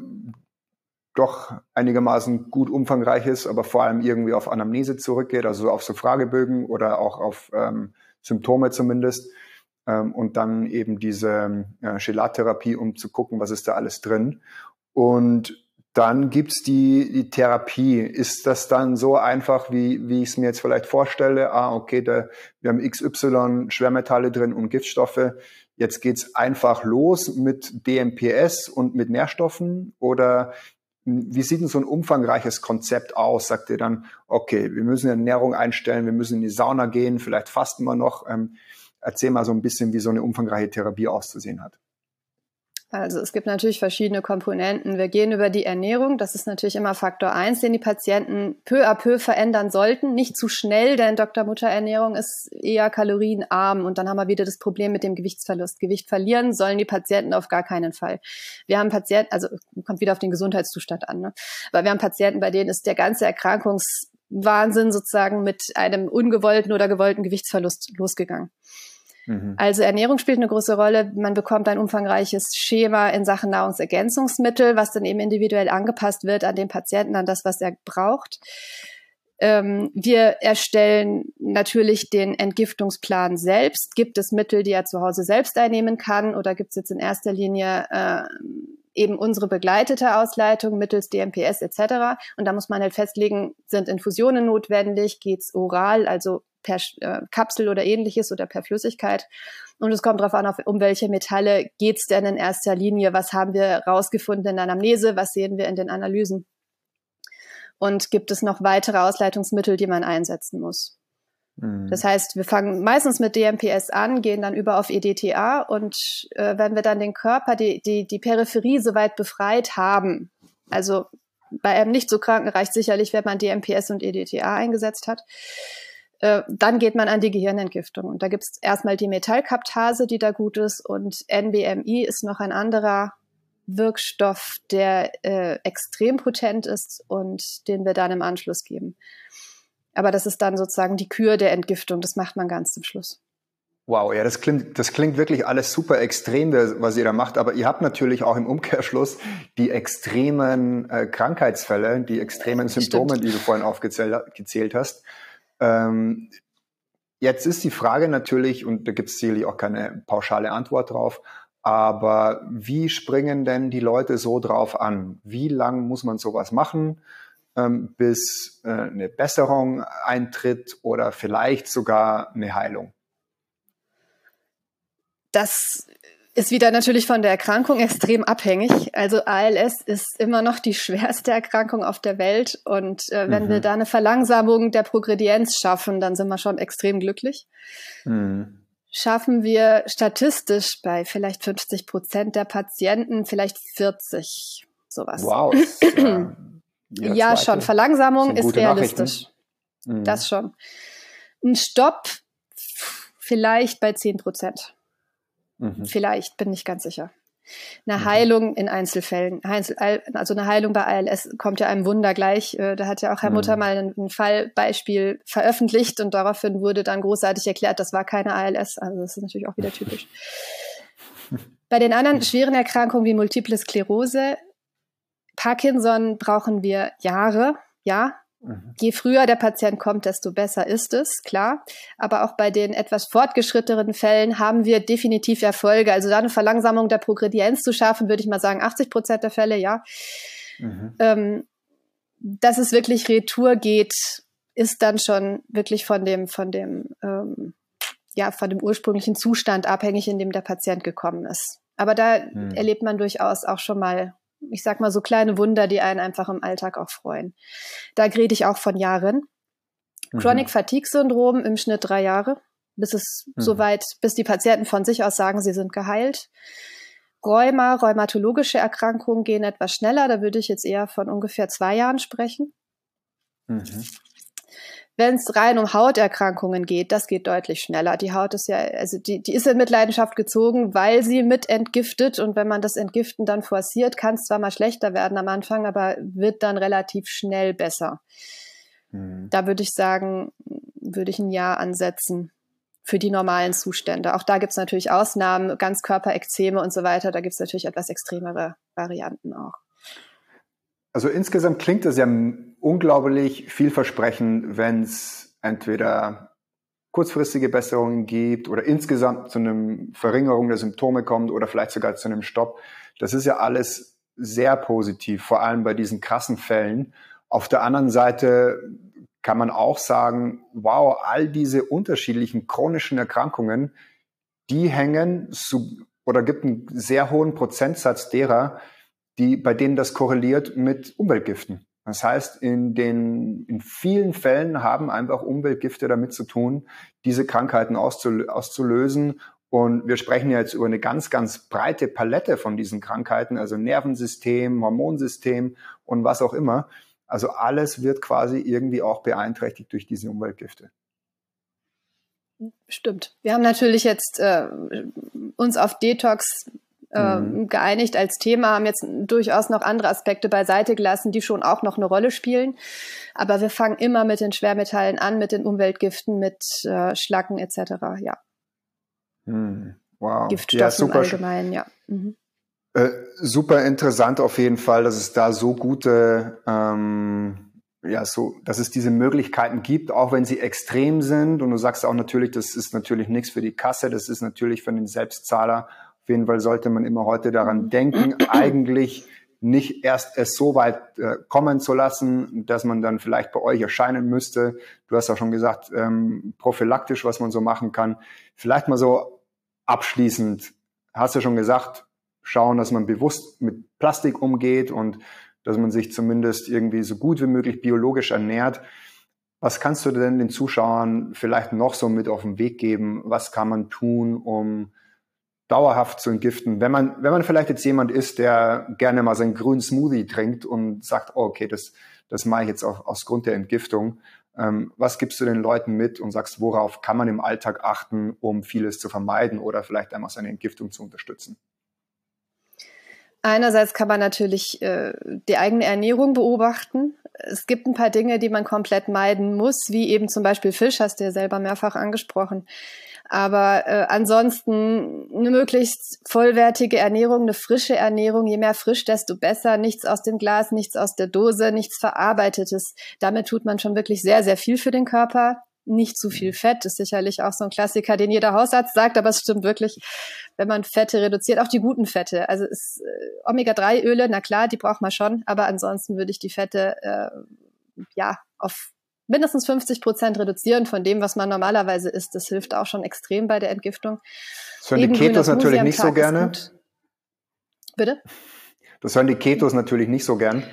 doch einigermaßen gut umfangreich ist, aber vor allem irgendwie auf Anamnese zurückgeht, also auf so Fragebögen oder auch auf Symptome zumindest, und dann eben diese Chelattherapie, um zu gucken, was ist da alles drin. Und dann gibt's die Therapie. Ist das dann so einfach, wie ich es mir jetzt vielleicht vorstelle? Wir haben XY Schwermetalle drin und Giftstoffe. Jetzt geht's einfach los mit DMPS und mit Nährstoffen? Oder wie sieht denn so ein umfangreiches Konzept aus? Sagt ihr dann, okay, wir müssen Ernährung einstellen, wir müssen in die Sauna gehen, vielleicht fasten wir noch. Erzähl mal so ein bisschen, wie so eine umfangreiche Therapie auszusehen hat. Also es gibt natürlich verschiedene Komponenten. Wir gehen über die Ernährung. Das ist natürlich immer Faktor 1, den die Patienten peu à peu verändern sollten. Nicht zu schnell, denn Dr. Mutter-Ernährung ist eher kalorienarm. Und dann haben wir wieder das Problem mit dem Gewichtsverlust. Gewicht verlieren sollen die Patienten auf gar keinen Fall. Wir haben Patienten, also kommt wieder auf den Gesundheitszustand an, ne? Aber wir haben Patienten, bei denen ist der ganze Erkrankungswahnsinn sozusagen mit einem ungewollten oder gewollten Gewichtsverlust losgegangen. Also Ernährung spielt eine große Rolle. Man bekommt ein umfangreiches Schema in Sachen Nahrungsergänzungsmittel, was dann eben individuell angepasst wird an den Patienten, an das, was er braucht. Wir erstellen natürlich den Entgiftungsplan selbst. Gibt es Mittel, die er zu Hause selbst einnehmen kann, oder gibt es jetzt in erster Linie eben unsere begleitete Ausleitung mittels DMPS etc. Und da muss man halt festlegen, sind Infusionen notwendig, geht's oral, also per Kapsel oder ähnliches oder per Flüssigkeit. Und es kommt darauf an, um welche Metalle geht's denn in erster Linie, was haben wir rausgefunden in der Anamnese, was sehen wir in den Analysen. Und gibt es noch weitere Ausleitungsmittel, die man einsetzen muss. Das heißt, wir fangen meistens mit DMPS an, gehen dann über auf EDTA und wenn wir dann den Körper, die Peripherie soweit befreit haben, also bei einem nicht so Kranken reicht sicherlich, wenn man DMPS und EDTA eingesetzt hat, dann geht man an die Gehirnentgiftung. Und da gibt es erstmal die Metallkaptase, die da gut ist, und NBMI ist noch ein anderer Wirkstoff, der extrem potent ist und den wir dann im Anschluss geben. Aber das ist dann sozusagen die Kür der Entgiftung, das macht man ganz zum Schluss. Wow, ja, das klingt wirklich alles super extrem, was ihr da macht, aber ihr habt natürlich auch im Umkehrschluss die extremen Krankheitsfälle, die extremen Symptome, die du vorhin aufgezählt hast. Jetzt ist die Frage natürlich, und da gibt es sicherlich auch keine pauschale Antwort drauf, aber wie springen denn die Leute so drauf an? Wie lang muss man sowas machen, bis eine Besserung eintritt oder vielleicht sogar eine Heilung? Das ist wieder natürlich von der Erkrankung extrem abhängig. Also ALS ist immer noch die schwerste Erkrankung auf der Welt. Und wenn wir da eine Verlangsamung der Progredienz schaffen, dann sind wir schon extrem glücklich. Schaffen wir statistisch bei vielleicht 50% der Patienten, vielleicht 40, sowas. Wow. Ja, schon. Verlangsamung ist realistisch. Das schon. Ein Stopp vielleicht bei 10%. Vielleicht, bin ich ganz sicher. Eine Heilung in Einzelfällen, also eine Heilung bei ALS kommt ja einem Wunder gleich. Da hat ja auch Herr Mutter mal ein Fallbeispiel veröffentlicht und daraufhin wurde dann großartig erklärt, das war keine ALS. Also das ist natürlich auch wieder typisch. Bei den anderen schweren Erkrankungen wie Multiple Sklerose, Parkinson brauchen wir Jahre, ja. Je früher der Patient kommt, desto besser ist es, klar. Aber auch bei den etwas fortgeschrittenen Fällen haben wir definitiv Erfolge. Also da eine Verlangsamung der Progredienz zu schaffen, würde ich mal sagen, 80% der Fälle, ja. Dass es wirklich Retour geht, ist dann schon wirklich von dem ursprünglichen Zustand abhängig, in dem der Patient gekommen ist. Aber da erlebt man durchaus auch schon mal, ich sag mal, so kleine Wunder, die einen einfach im Alltag auch freuen. Da rede ich auch von Jahren. Chronic Fatigue Syndrom im Schnitt 3 Jahre, bis die Patienten von sich aus sagen, sie sind geheilt. Rheumatologische Erkrankungen gehen etwas schneller, da würde ich jetzt eher von ungefähr 2 Jahren sprechen. Wenn es rein um Hauterkrankungen geht, das geht deutlich schneller. Die Haut ist ja, also die ist in Mitleidenschaft gezogen, weil sie mit entgiftet. Und wenn man das Entgiften dann forciert, kann es zwar mal schlechter werden am Anfang, aber wird dann relativ schnell besser. Da würde ich sagen, würde ich ein Jahr ansetzen für die normalen Zustände. Auch da gibt es natürlich Ausnahmen, Ganzkörperekzeme und so weiter. Da gibt es natürlich etwas extremere Varianten auch. Also insgesamt klingt es ja unglaublich vielversprechend, wenn es entweder kurzfristige Besserungen gibt oder insgesamt zu einer Verringerung der Symptome kommt oder vielleicht sogar zu einem Stopp. Das ist ja alles sehr positiv, vor allem bei diesen krassen Fällen. Auf der anderen Seite kann man auch sagen, wow, all diese unterschiedlichen chronischen Erkrankungen, die hängen oder gibt einen sehr hohen Prozentsatz derer, bei denen das korreliert mit Umweltgiften. Das heißt, in vielen Fällen haben einfach Umweltgifte damit zu tun, diese Krankheiten auszulösen. Und wir sprechen ja jetzt über eine ganz, ganz breite Palette von diesen Krankheiten, also Nervensystem, Hormonsystem und was auch immer. Also alles wird quasi irgendwie auch beeinträchtigt durch diese Umweltgifte. Stimmt. Wir haben natürlich jetzt uns auf Detox geeinigt als Thema, haben jetzt durchaus noch andere Aspekte beiseite gelassen, die schon auch noch eine Rolle spielen. Aber wir fangen immer mit den Schwermetallen an, mit den Umweltgiften, mit Schlacken etc. Ja. Wow. Giftstoffen im Allgemeinen, ja. Super interessant auf jeden Fall, dass es da so gute, dass es diese Möglichkeiten gibt, auch wenn sie extrem sind. Und du sagst auch natürlich, das ist natürlich nichts für die Kasse, das ist natürlich für den Selbstzahler. Auf jeden Fall sollte man immer heute daran denken, eigentlich nicht erst es so weit kommen zu lassen, dass man dann vielleicht bei euch erscheinen müsste. Du hast auch schon gesagt, prophylaktisch, was man so machen kann. Vielleicht mal so abschließend, hast du schon gesagt, schauen, dass man bewusst mit Plastik umgeht und dass man sich zumindest irgendwie so gut wie möglich biologisch ernährt. Was kannst du denn den Zuschauern vielleicht noch so mit auf den Weg geben? Was kann man tun, um dauerhaft zu entgiften? Wenn man vielleicht jetzt jemand ist, der gerne mal seinen grünen Smoothie trinkt und sagt, oh, okay, das mache ich jetzt auch aus Grund der Entgiftung. Was gibst du den Leuten mit und sagst, worauf kann man im Alltag achten, um vieles zu vermeiden oder vielleicht einmal seine Entgiftung zu unterstützen? Einerseits kann man natürlich die eigene Ernährung beobachten. Es gibt ein paar Dinge, die man komplett meiden muss, wie eben zum Beispiel Fisch, hast du ja selber mehrfach angesprochen. Aber ansonsten eine möglichst vollwertige Ernährung, eine frische Ernährung. Je mehr frisch, desto besser. Nichts aus dem Glas, nichts aus der Dose, nichts Verarbeitetes. Damit tut man schon wirklich sehr, sehr viel für den Körper. Nicht zu viel Fett ist sicherlich auch so ein Klassiker, den jeder Hausarzt sagt, aber es stimmt wirklich, wenn man Fette reduziert, auch die guten Fette. Also Omega-3-Öle, na klar, die braucht man schon, aber ansonsten würde ich die Fette auf mindestens 50% reduzieren von dem, was man normalerweise isst. Das hilft auch schon extrem bei der Entgiftung. Das hören die Ketos natürlich nicht so gerne. Bitte? Das hören die Ketos natürlich nicht so gern.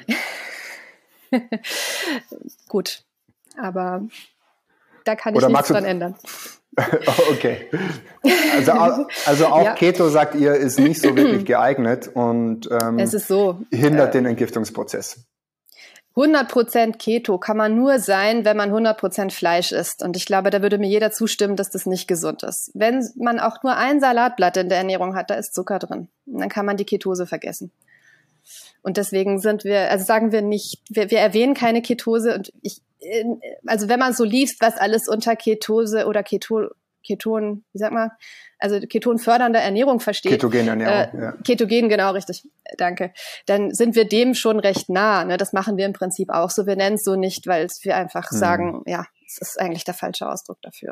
Gut, aber da kann ich nichts dran ändern. Okay. Also auch Keto, sagt ihr, ist nicht so wirklich geeignet und es ist so, hindert den Entgiftungsprozess. 100% Keto kann man nur sein, wenn man 100% Fleisch isst. Und ich glaube, da würde mir jeder zustimmen, dass das nicht gesund ist. Wenn man auch nur ein Salatblatt in der Ernährung hat, da ist Zucker drin. Und dann kann man die Ketose vergessen. Und deswegen sagen wir nicht, wir erwähnen keine Ketose. Und also wenn man so liest, was alles unter Ketose oder Keton, wie sagt man, also ketonfördernde Ernährung versteht. Ketogene Ernährung, ja. Ketogen, genau, richtig. Danke. Dann sind wir dem schon recht nah. Ne? Das machen wir im Prinzip auch so. Wir nennen es so nicht, weil wir einfach sagen, ja, es ist eigentlich der falsche Ausdruck dafür.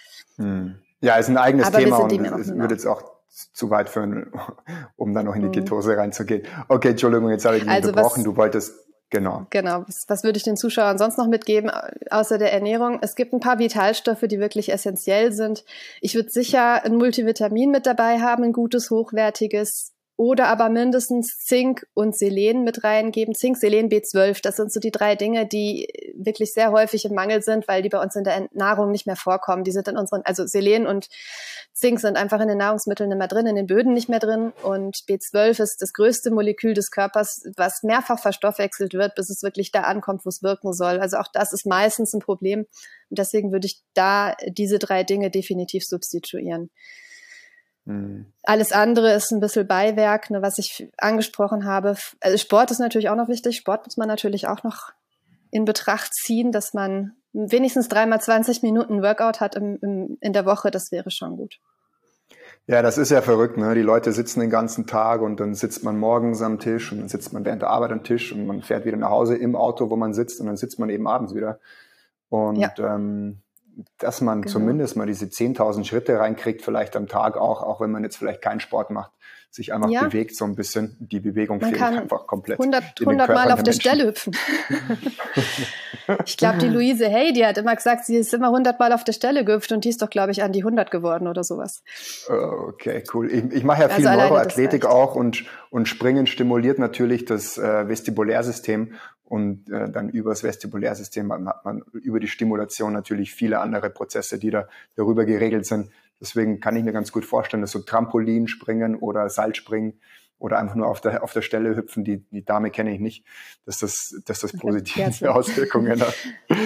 Ja, ist ein eigenes Aber Thema und es würde jetzt auch zu weit führen, um dann noch in die Ketose reinzugehen. Okay, Entschuldigung, jetzt habe ich dich unterbrochen. Du wolltest... Genau. Was würde ich den Zuschauern sonst noch mitgeben, außer der Ernährung? Es gibt ein paar Vitalstoffe, die wirklich essentiell sind. Ich würde sicher ein Multivitamin mit dabei haben, ein gutes, hochwertiges, oder aber mindestens Zink und Selen mit reingeben. Zink, Selen, B12, das sind so die 3 Dinge, die wirklich sehr häufig im Mangel sind, weil die bei uns in der Nahrung nicht mehr vorkommen. Die sind in unseren, also Selen und Zink sind einfach in den Nahrungsmitteln nicht mehr drin, in den Böden nicht mehr drin. Und B12 ist das größte Molekül des Körpers, was mehrfach verstoffwechselt wird, bis es wirklich da ankommt, wo es wirken soll. Also auch das ist meistens ein Problem. Und deswegen würde ich da diese 3 Dinge definitiv substituieren. Alles andere ist ein bisschen Beiwerk, ne, was ich angesprochen habe. Also Sport ist natürlich auch noch wichtig. Sport muss man natürlich auch noch in Betracht ziehen, dass man wenigstens 3-mal 20 Minuten Workout hat in der Woche. Das wäre schon gut. Ja, das ist ja verrückt, ne? Die Leute sitzen den ganzen Tag und dann sitzt man morgens am Tisch und dann sitzt man während der Arbeit am Tisch und man fährt wieder nach Hause im Auto, wo man sitzt, und dann sitzt man eben abends wieder. Und ja. Dass man zumindest mal diese 10.000 Schritte reinkriegt, vielleicht am Tag auch wenn man jetzt vielleicht keinen Sport macht, sich einfach bewegt so ein bisschen. Die Bewegung fehlt einfach komplett. 100 Mal auf der Stelle hüpfen. Ich glaube, die Louise Hay, die hat immer gesagt, sie ist immer 100 Mal auf der Stelle gehüpft und die ist doch, glaube ich, an die 100 geworden oder sowas. Okay, cool. Ich mache ja viel Neuroathletik auch und Springen stimuliert natürlich das Vestibulärsystem. Und dann über das Vestibulärsystem hat man über die Stimulation natürlich viele andere Prozesse, die darüber geregelt sind. Deswegen kann ich mir ganz gut vorstellen, dass so Trampolinspringen oder Seilspringen oder einfach nur auf der Stelle hüpfen, die Dame kenne ich nicht, dass das positive Auswirkungen hat.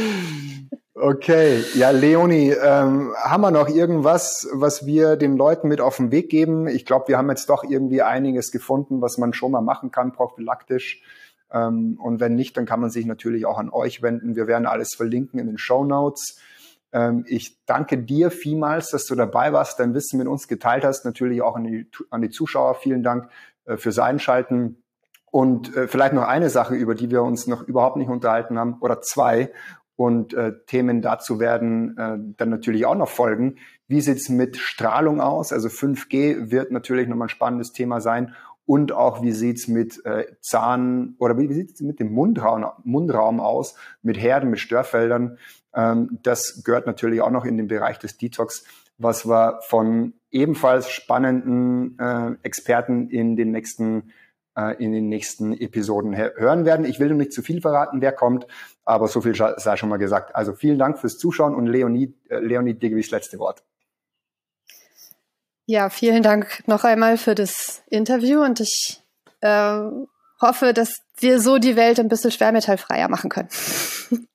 Okay, ja, Leonie, haben wir noch irgendwas, was wir den Leuten mit auf den Weg geben? Ich glaube, wir haben jetzt doch irgendwie einiges gefunden, was man schon mal machen kann, prophylaktisch. Und wenn nicht, dann kann man sich natürlich auch an euch wenden. Wir werden alles verlinken in den Shownotes. Ich danke dir vielmals, dass du dabei warst, dein Wissen mit uns geteilt hast. Natürlich auch an die Zuschauer. Vielen Dank fürs Einschalten. Und vielleicht noch eine Sache, über die wir uns noch überhaupt nicht unterhalten haben, oder 2. Und Themen dazu werden dann natürlich auch noch folgen. Wie sieht's mit Strahlung aus? Also 5G wird natürlich nochmal ein spannendes Thema sein. Und auch, wie sieht's mit wie sieht's mit dem Mundraum aus, mit Herden, mit Störfeldern? Das gehört natürlich auch noch in den Bereich des Detox, was wir von ebenfalls spannenden Experten in den nächsten Episoden hören werden. Ich will noch nicht zu viel verraten, wer kommt, aber so viel sei schon mal gesagt. Also vielen Dank fürs Zuschauen und Leonie, dir gebe ich das letzte Wort. Ja, vielen Dank noch einmal für das Interview und ich hoffe, dass wir so die Welt ein bisschen schwermetallfreier machen können.